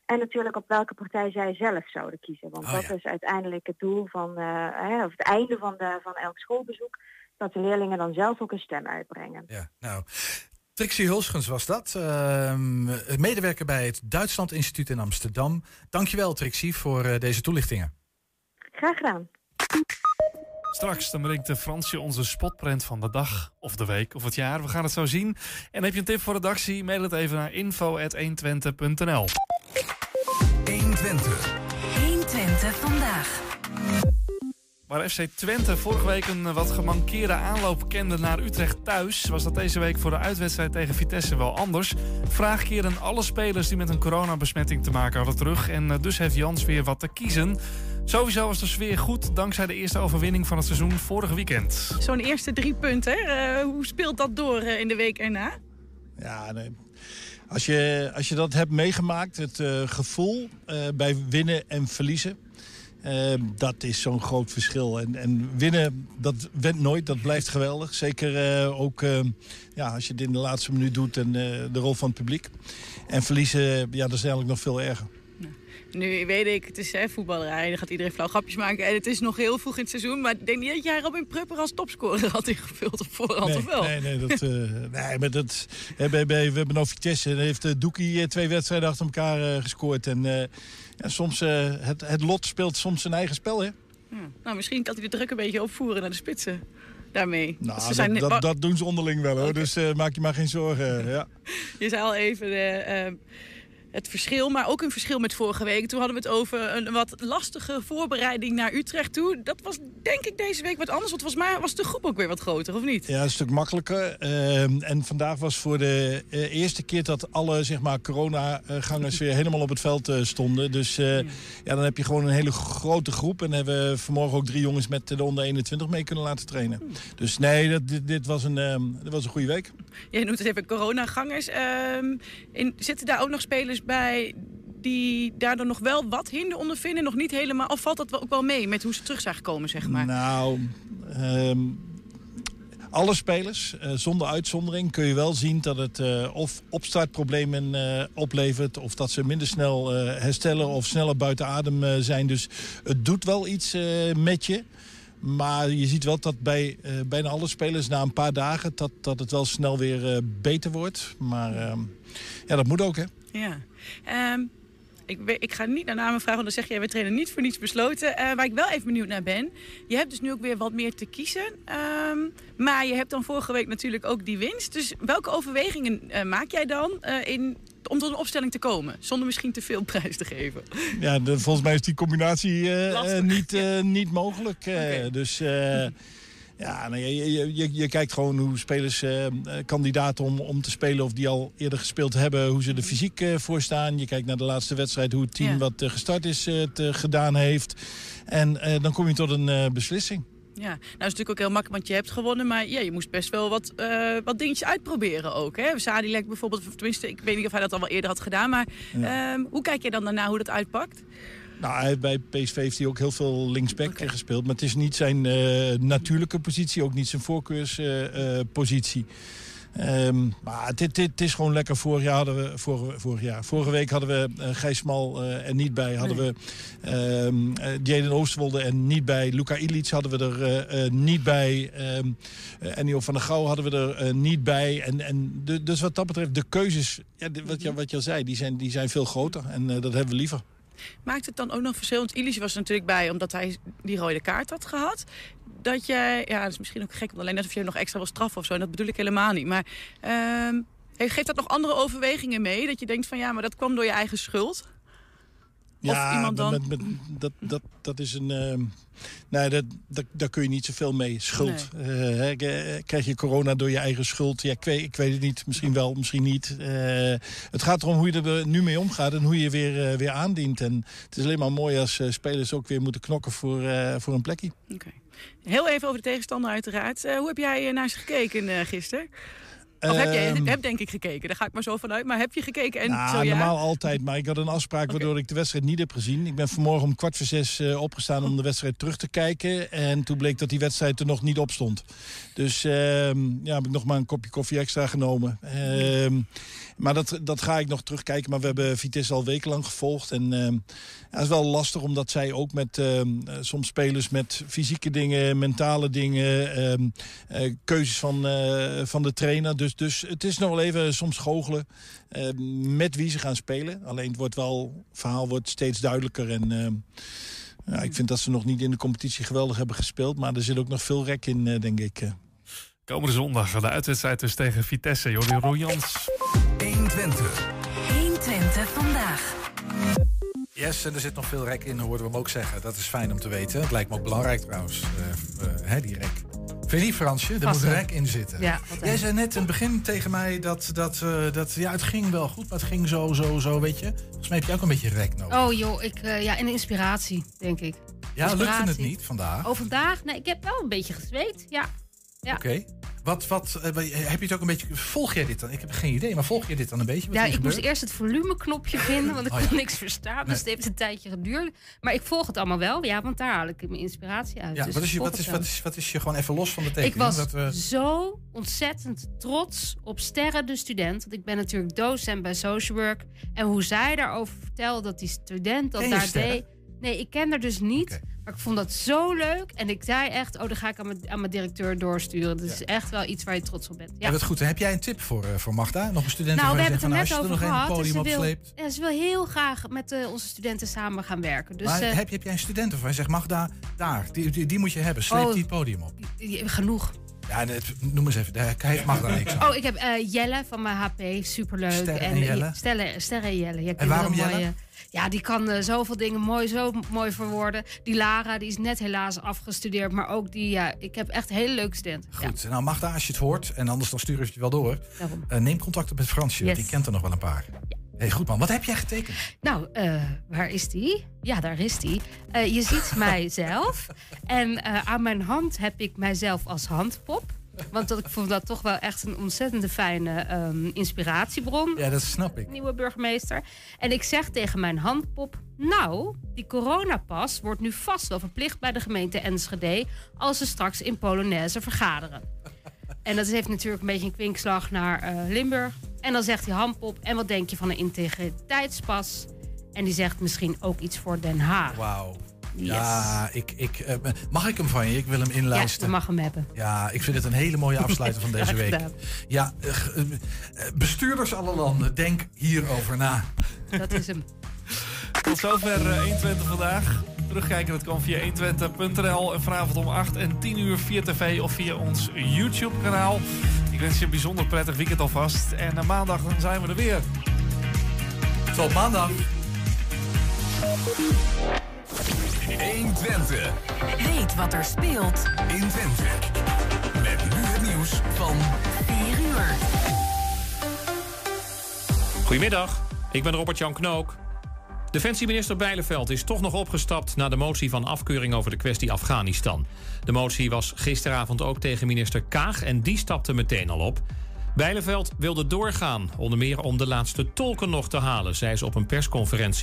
En natuurlijk op welke partij zij zelf zouden kiezen. Want dat is uiteindelijk het doel van, of het einde van elk schoolbezoek. Dat de leerlingen dan zelf ook een stem uitbrengen. Ja, nou, Trixie Hulsgens was dat. Medewerker bij het Duitsland Instituut in Amsterdam. Dankjewel Trixie voor deze toelichtingen. Graag gedaan. Straks dan brengt Fransje onze spotprint van de dag of de week of het jaar. We gaan het zo zien. En heb je een tip voor redactie? Mail het even naar info@120.nl. 120. 120 vandaag. Waar FC Twente vorige week een wat gemankeerde aanloop kende naar Utrecht thuis, was dat deze week voor de uitwedstrijd tegen Vitesse wel anders. Vraag keerden alle spelers die met een coronabesmetting te maken hadden terug. En dus heeft Jans weer wat te kiezen. Sowieso was de sfeer goed dankzij de eerste overwinning van het seizoen vorig weekend. Zo'n eerste 3 punten, hoe speelt dat door in de week erna? Ja, nee. Als je dat hebt meegemaakt, het gevoel bij winnen en verliezen. Dat is zo'n groot verschil. En winnen, dat went nooit, dat blijft geweldig. Zeker ook als je het in de laatste minuut doet en de rol van het publiek. En verliezen, dat is eigenlijk nog veel erger. Nu weet ik, het is voetballerij, dan gaat iedereen flauw grapjes maken. En het is nog heel vroeg in het seizoen. Maar ik denk niet dat jij Robin Prupper als topscorer had ingevuld op voorhand, of wel? We hebben nou Vitesse. Dan heeft Doekie 2 wedstrijden achter elkaar gescoord. En soms, het lot speelt soms zijn eigen spel, hè? Ja. Nou, misschien kan hij de druk een beetje opvoeren naar de spitsen daarmee. Nou, dat doen ze onderling wel, hoor. Okay. Dus maak je maar geen zorgen. Ja. Je zei al even het verschil, maar ook een verschil met vorige week. Toen hadden we het over een wat lastige voorbereiding naar Utrecht toe. Dat was denk ik deze week wat anders, want volgens mij was de groep ook weer wat groter, of niet? Ja, een stuk makkelijker. En vandaag was voor de eerste keer dat alle coronagangers weer helemaal op het veld stonden. Dus dan heb je gewoon een hele grote groep. En hebben we vanmorgen ook 3 jongens met de onder 21 mee kunnen laten trainen. Dus nee, dit was een goede week. Jij noemt het even coronagangers. Zitten daar ook nog spelers bij die daardoor nog wel wat hinder ondervinden, nog niet helemaal, of valt dat ook wel mee met hoe ze terug zijn gekomen, zeg maar? Nou, alle spelers, zonder uitzondering, kun je wel zien dat het of opstartproblemen oplevert, of dat ze minder snel herstellen of sneller buiten adem zijn. Dus het doet wel iets met je. Maar je ziet wel dat bij bijna alle spelers na een paar dagen dat het wel snel weer beter wordt. Maar dat moet ook, hè? Ja. Ik ga niet naar namen vragen, want dan zeg jij, we trainen niet voor niets besloten. Waar ik wel even benieuwd naar ben. Je hebt dus nu ook weer wat meer te kiezen. Maar je hebt dan vorige week natuurlijk ook die winst. Dus welke overwegingen maak jij dan om tot een opstelling te komen? Zonder misschien te veel prijs te geven. Ja, volgens mij is die combinatie niet mogelijk. Okay. Dus... je kijkt gewoon hoe spelers, kandidaten om te spelen of die al eerder gespeeld hebben, hoe ze er fysiek voor staan. Je kijkt naar de laatste wedstrijd, hoe het team wat gestart is het gedaan heeft. En dan kom je tot een beslissing. Ja, nou is natuurlijk ook heel makkelijk, want je hebt gewonnen, maar je moest best wel wat dingetjes uitproberen ook. Hè? Sadilek bijvoorbeeld, tenminste, ik weet niet of hij dat al wel eerder had gedaan, maar hoe kijk je dan daarna hoe dat uitpakt? Nou, bij PSV heeft hij ook heel veel linksback gespeeld. Maar het is niet zijn natuurlijke positie, ook niet zijn voorkeurspositie. Maar het is gewoon lekker. Vorige week hadden we Gijs Smal er niet bij. Hadden we Jaden Oosterwolde er niet bij. Luka Ilic hadden we er niet bij. Ennio van der Gouw hadden we er niet bij. Dus wat dat betreft, de keuzes, wat je al zei, die zijn veel groter. En dat hebben we liever. Maakt het dan ook nog verschil? Want Ilic was er natuurlijk bij omdat hij die rode kaart had gehad. Dat jij, dat is misschien ook gek, want alleen net of je nog extra wil straffen of zo. En dat bedoel ik helemaal niet. Maar geeft dat nog andere overwegingen mee? Dat je denkt van maar dat kwam door je eigen schuld? Ja, of iemand dan... dat is een... daar kun je niet zoveel mee. Schuld. Nee. Krijg je corona door je eigen schuld? Ja, ik weet het niet. Misschien wel, misschien niet. Het gaat erom hoe je er nu mee omgaat en hoe je weer aandient. En het is alleen maar mooi als spelers ook weer moeten knokken voor een plekje. Okay. Heel even over de tegenstander uiteraard. Hoe heb jij naar ze gekeken gisteren? Of heb denk ik gekeken, daar ga ik maar zo vanuit. Maar heb je gekeken en zo ja? Normaal altijd, maar ik had een afspraak waardoor ik de wedstrijd niet heb gezien. Ik ben vanmorgen om 5:45 opgestaan om de wedstrijd terug te kijken. En toen bleek dat die wedstrijd er nog niet op stond. Dus heb ik nog maar een kopje koffie extra genomen. Maar dat ga ik nog terugkijken. Maar we hebben Vitesse al wekenlang gevolgd. En het is wel lastig, omdat zij ook met soms spelers met fysieke dingen, mentale dingen, keuzes van de trainer. Dus het is nog wel even soms goochelen met wie ze gaan spelen. Alleen het verhaal wordt steeds duidelijker. En ik vind dat ze nog niet in de competitie geweldig hebben gespeeld. Maar er zit ook nog veel rek in, denk ik. Komende zondag de uitwedstrijd dus tegen Vitesse. Jordi Royans. 120. 120 vandaag. Yes, en er zit nog veel rek in, hoorden we hem ook zeggen. Dat is fijn om te weten. Het lijkt me ook belangrijk trouwens, die rek. Vind je niet, Fransje? Er moet rek in zitten. Ja, jij zei net in het begin tegen mij dat het ging wel goed, maar het ging zo, weet je. Volgens mij heb je ook een beetje rek nodig. Oh joh, en inspiratie, denk ik. Ja, lukte het niet vandaag? Oh, vandaag? Nee, ik heb wel een beetje gezweet, ja. Oké. Heb je het ook een beetje... Volg jij dit dan? Ik heb geen idee, maar volg je dit dan een beetje? Ja, ik moest eerst het volumeknopje vinden, want ik kon niks verstaan. Dus het heeft een tijdje geduurd. Maar ik volg het allemaal wel, ja, want daar haal ik mijn inspiratie uit. Ja, dus wat is je gewoon even los van de tekening? Ik was zo ontzettend trots op Sterre de student. Want ik ben natuurlijk docent bij Social Work. En hoe zij daarover vertelde dat die student dat daar deed... Nee, ik ken haar dus niet. Okay. Maar ik vond dat zo leuk. En ik zei echt, dat ga ik aan mijn directeur doorsturen. Dat is echt wel iets waar je trots op bent. Ja. Dat is goed. Heb jij een tip voor Magda? Nog een student? Nou, we hebben het er net over gehad. Nog een podium opsleept. Ze wil heel graag met onze studenten samen gaan werken. Dus, maar heb jij een student of hij zegt, Magda, daar, die moet je hebben. Sleep die het podium op. Genoeg. Ja, noem eens even. Daar heeft Magda niks aan. Ik heb Jelle van mijn HP. Superleuk. Sterre en Jelle? Sterre en Jelle. Ja, en waarom Jelle? Ja, die kan zoveel dingen zo mooi verwoorden. Die Lara, die is net helaas afgestudeerd. Maar ook ik heb echt hele leuke studenten. Goed, nou Magda, als je het hoort, en anders dan sturen we het wel door. Neem contact op met Fransje, want die kent er nog wel een paar. Ja. Hey, goed man, wat heb jij getekend? Nou, waar is die? Ja, daar is die. Je ziet mijzelf. En aan mijn hand heb ik mijzelf als handpop. Want ik vond dat toch wel echt een ontzettende fijne inspiratiebron. Ja, dat snap ik. Nieuwe burgemeester. En ik zeg tegen mijn handpop... Nou, die coronapas wordt nu vast wel verplicht bij de gemeente Enschede... als ze straks in Polonaise vergaderen. En dat heeft natuurlijk een beetje een kwinkslag naar Limburg. En dan zegt die handpop... En wat denk je van een integriteitspas? En die zegt misschien ook iets voor Den Haag. Wauw. Yes. Ja, mag ik hem van je? Ik wil hem inlijsten. Ja, je mag hem hebben. Ja, ik vind het een hele mooie afsluiter van deze week. Ja, bestuurders alle landen, denk hierover na. Dat is hem. Tot zover 120 vandaag. Terugkijken, dat kan via 120.nl. En vanavond om 8 en 10 uur via tv of via ons YouTube-kanaal. Ik wens je een bijzonder prettig weekend alvast. En maandag dan zijn we er weer. Tot maandag. 120. Weet wat er speelt in Twente. Met nu het nieuws van 4 uur. Goedemiddag, ik ben Robert-Jan Knook. Defensieminister Bijleveld is toch nog opgestapt na de motie van afkeuring over de kwestie Afghanistan. De motie was gisteravond ook tegen minister Kaag en die stapte meteen al op. Bijleveld wilde doorgaan, onder meer om de laatste tolken nog te halen, zei ze op een persconferentie.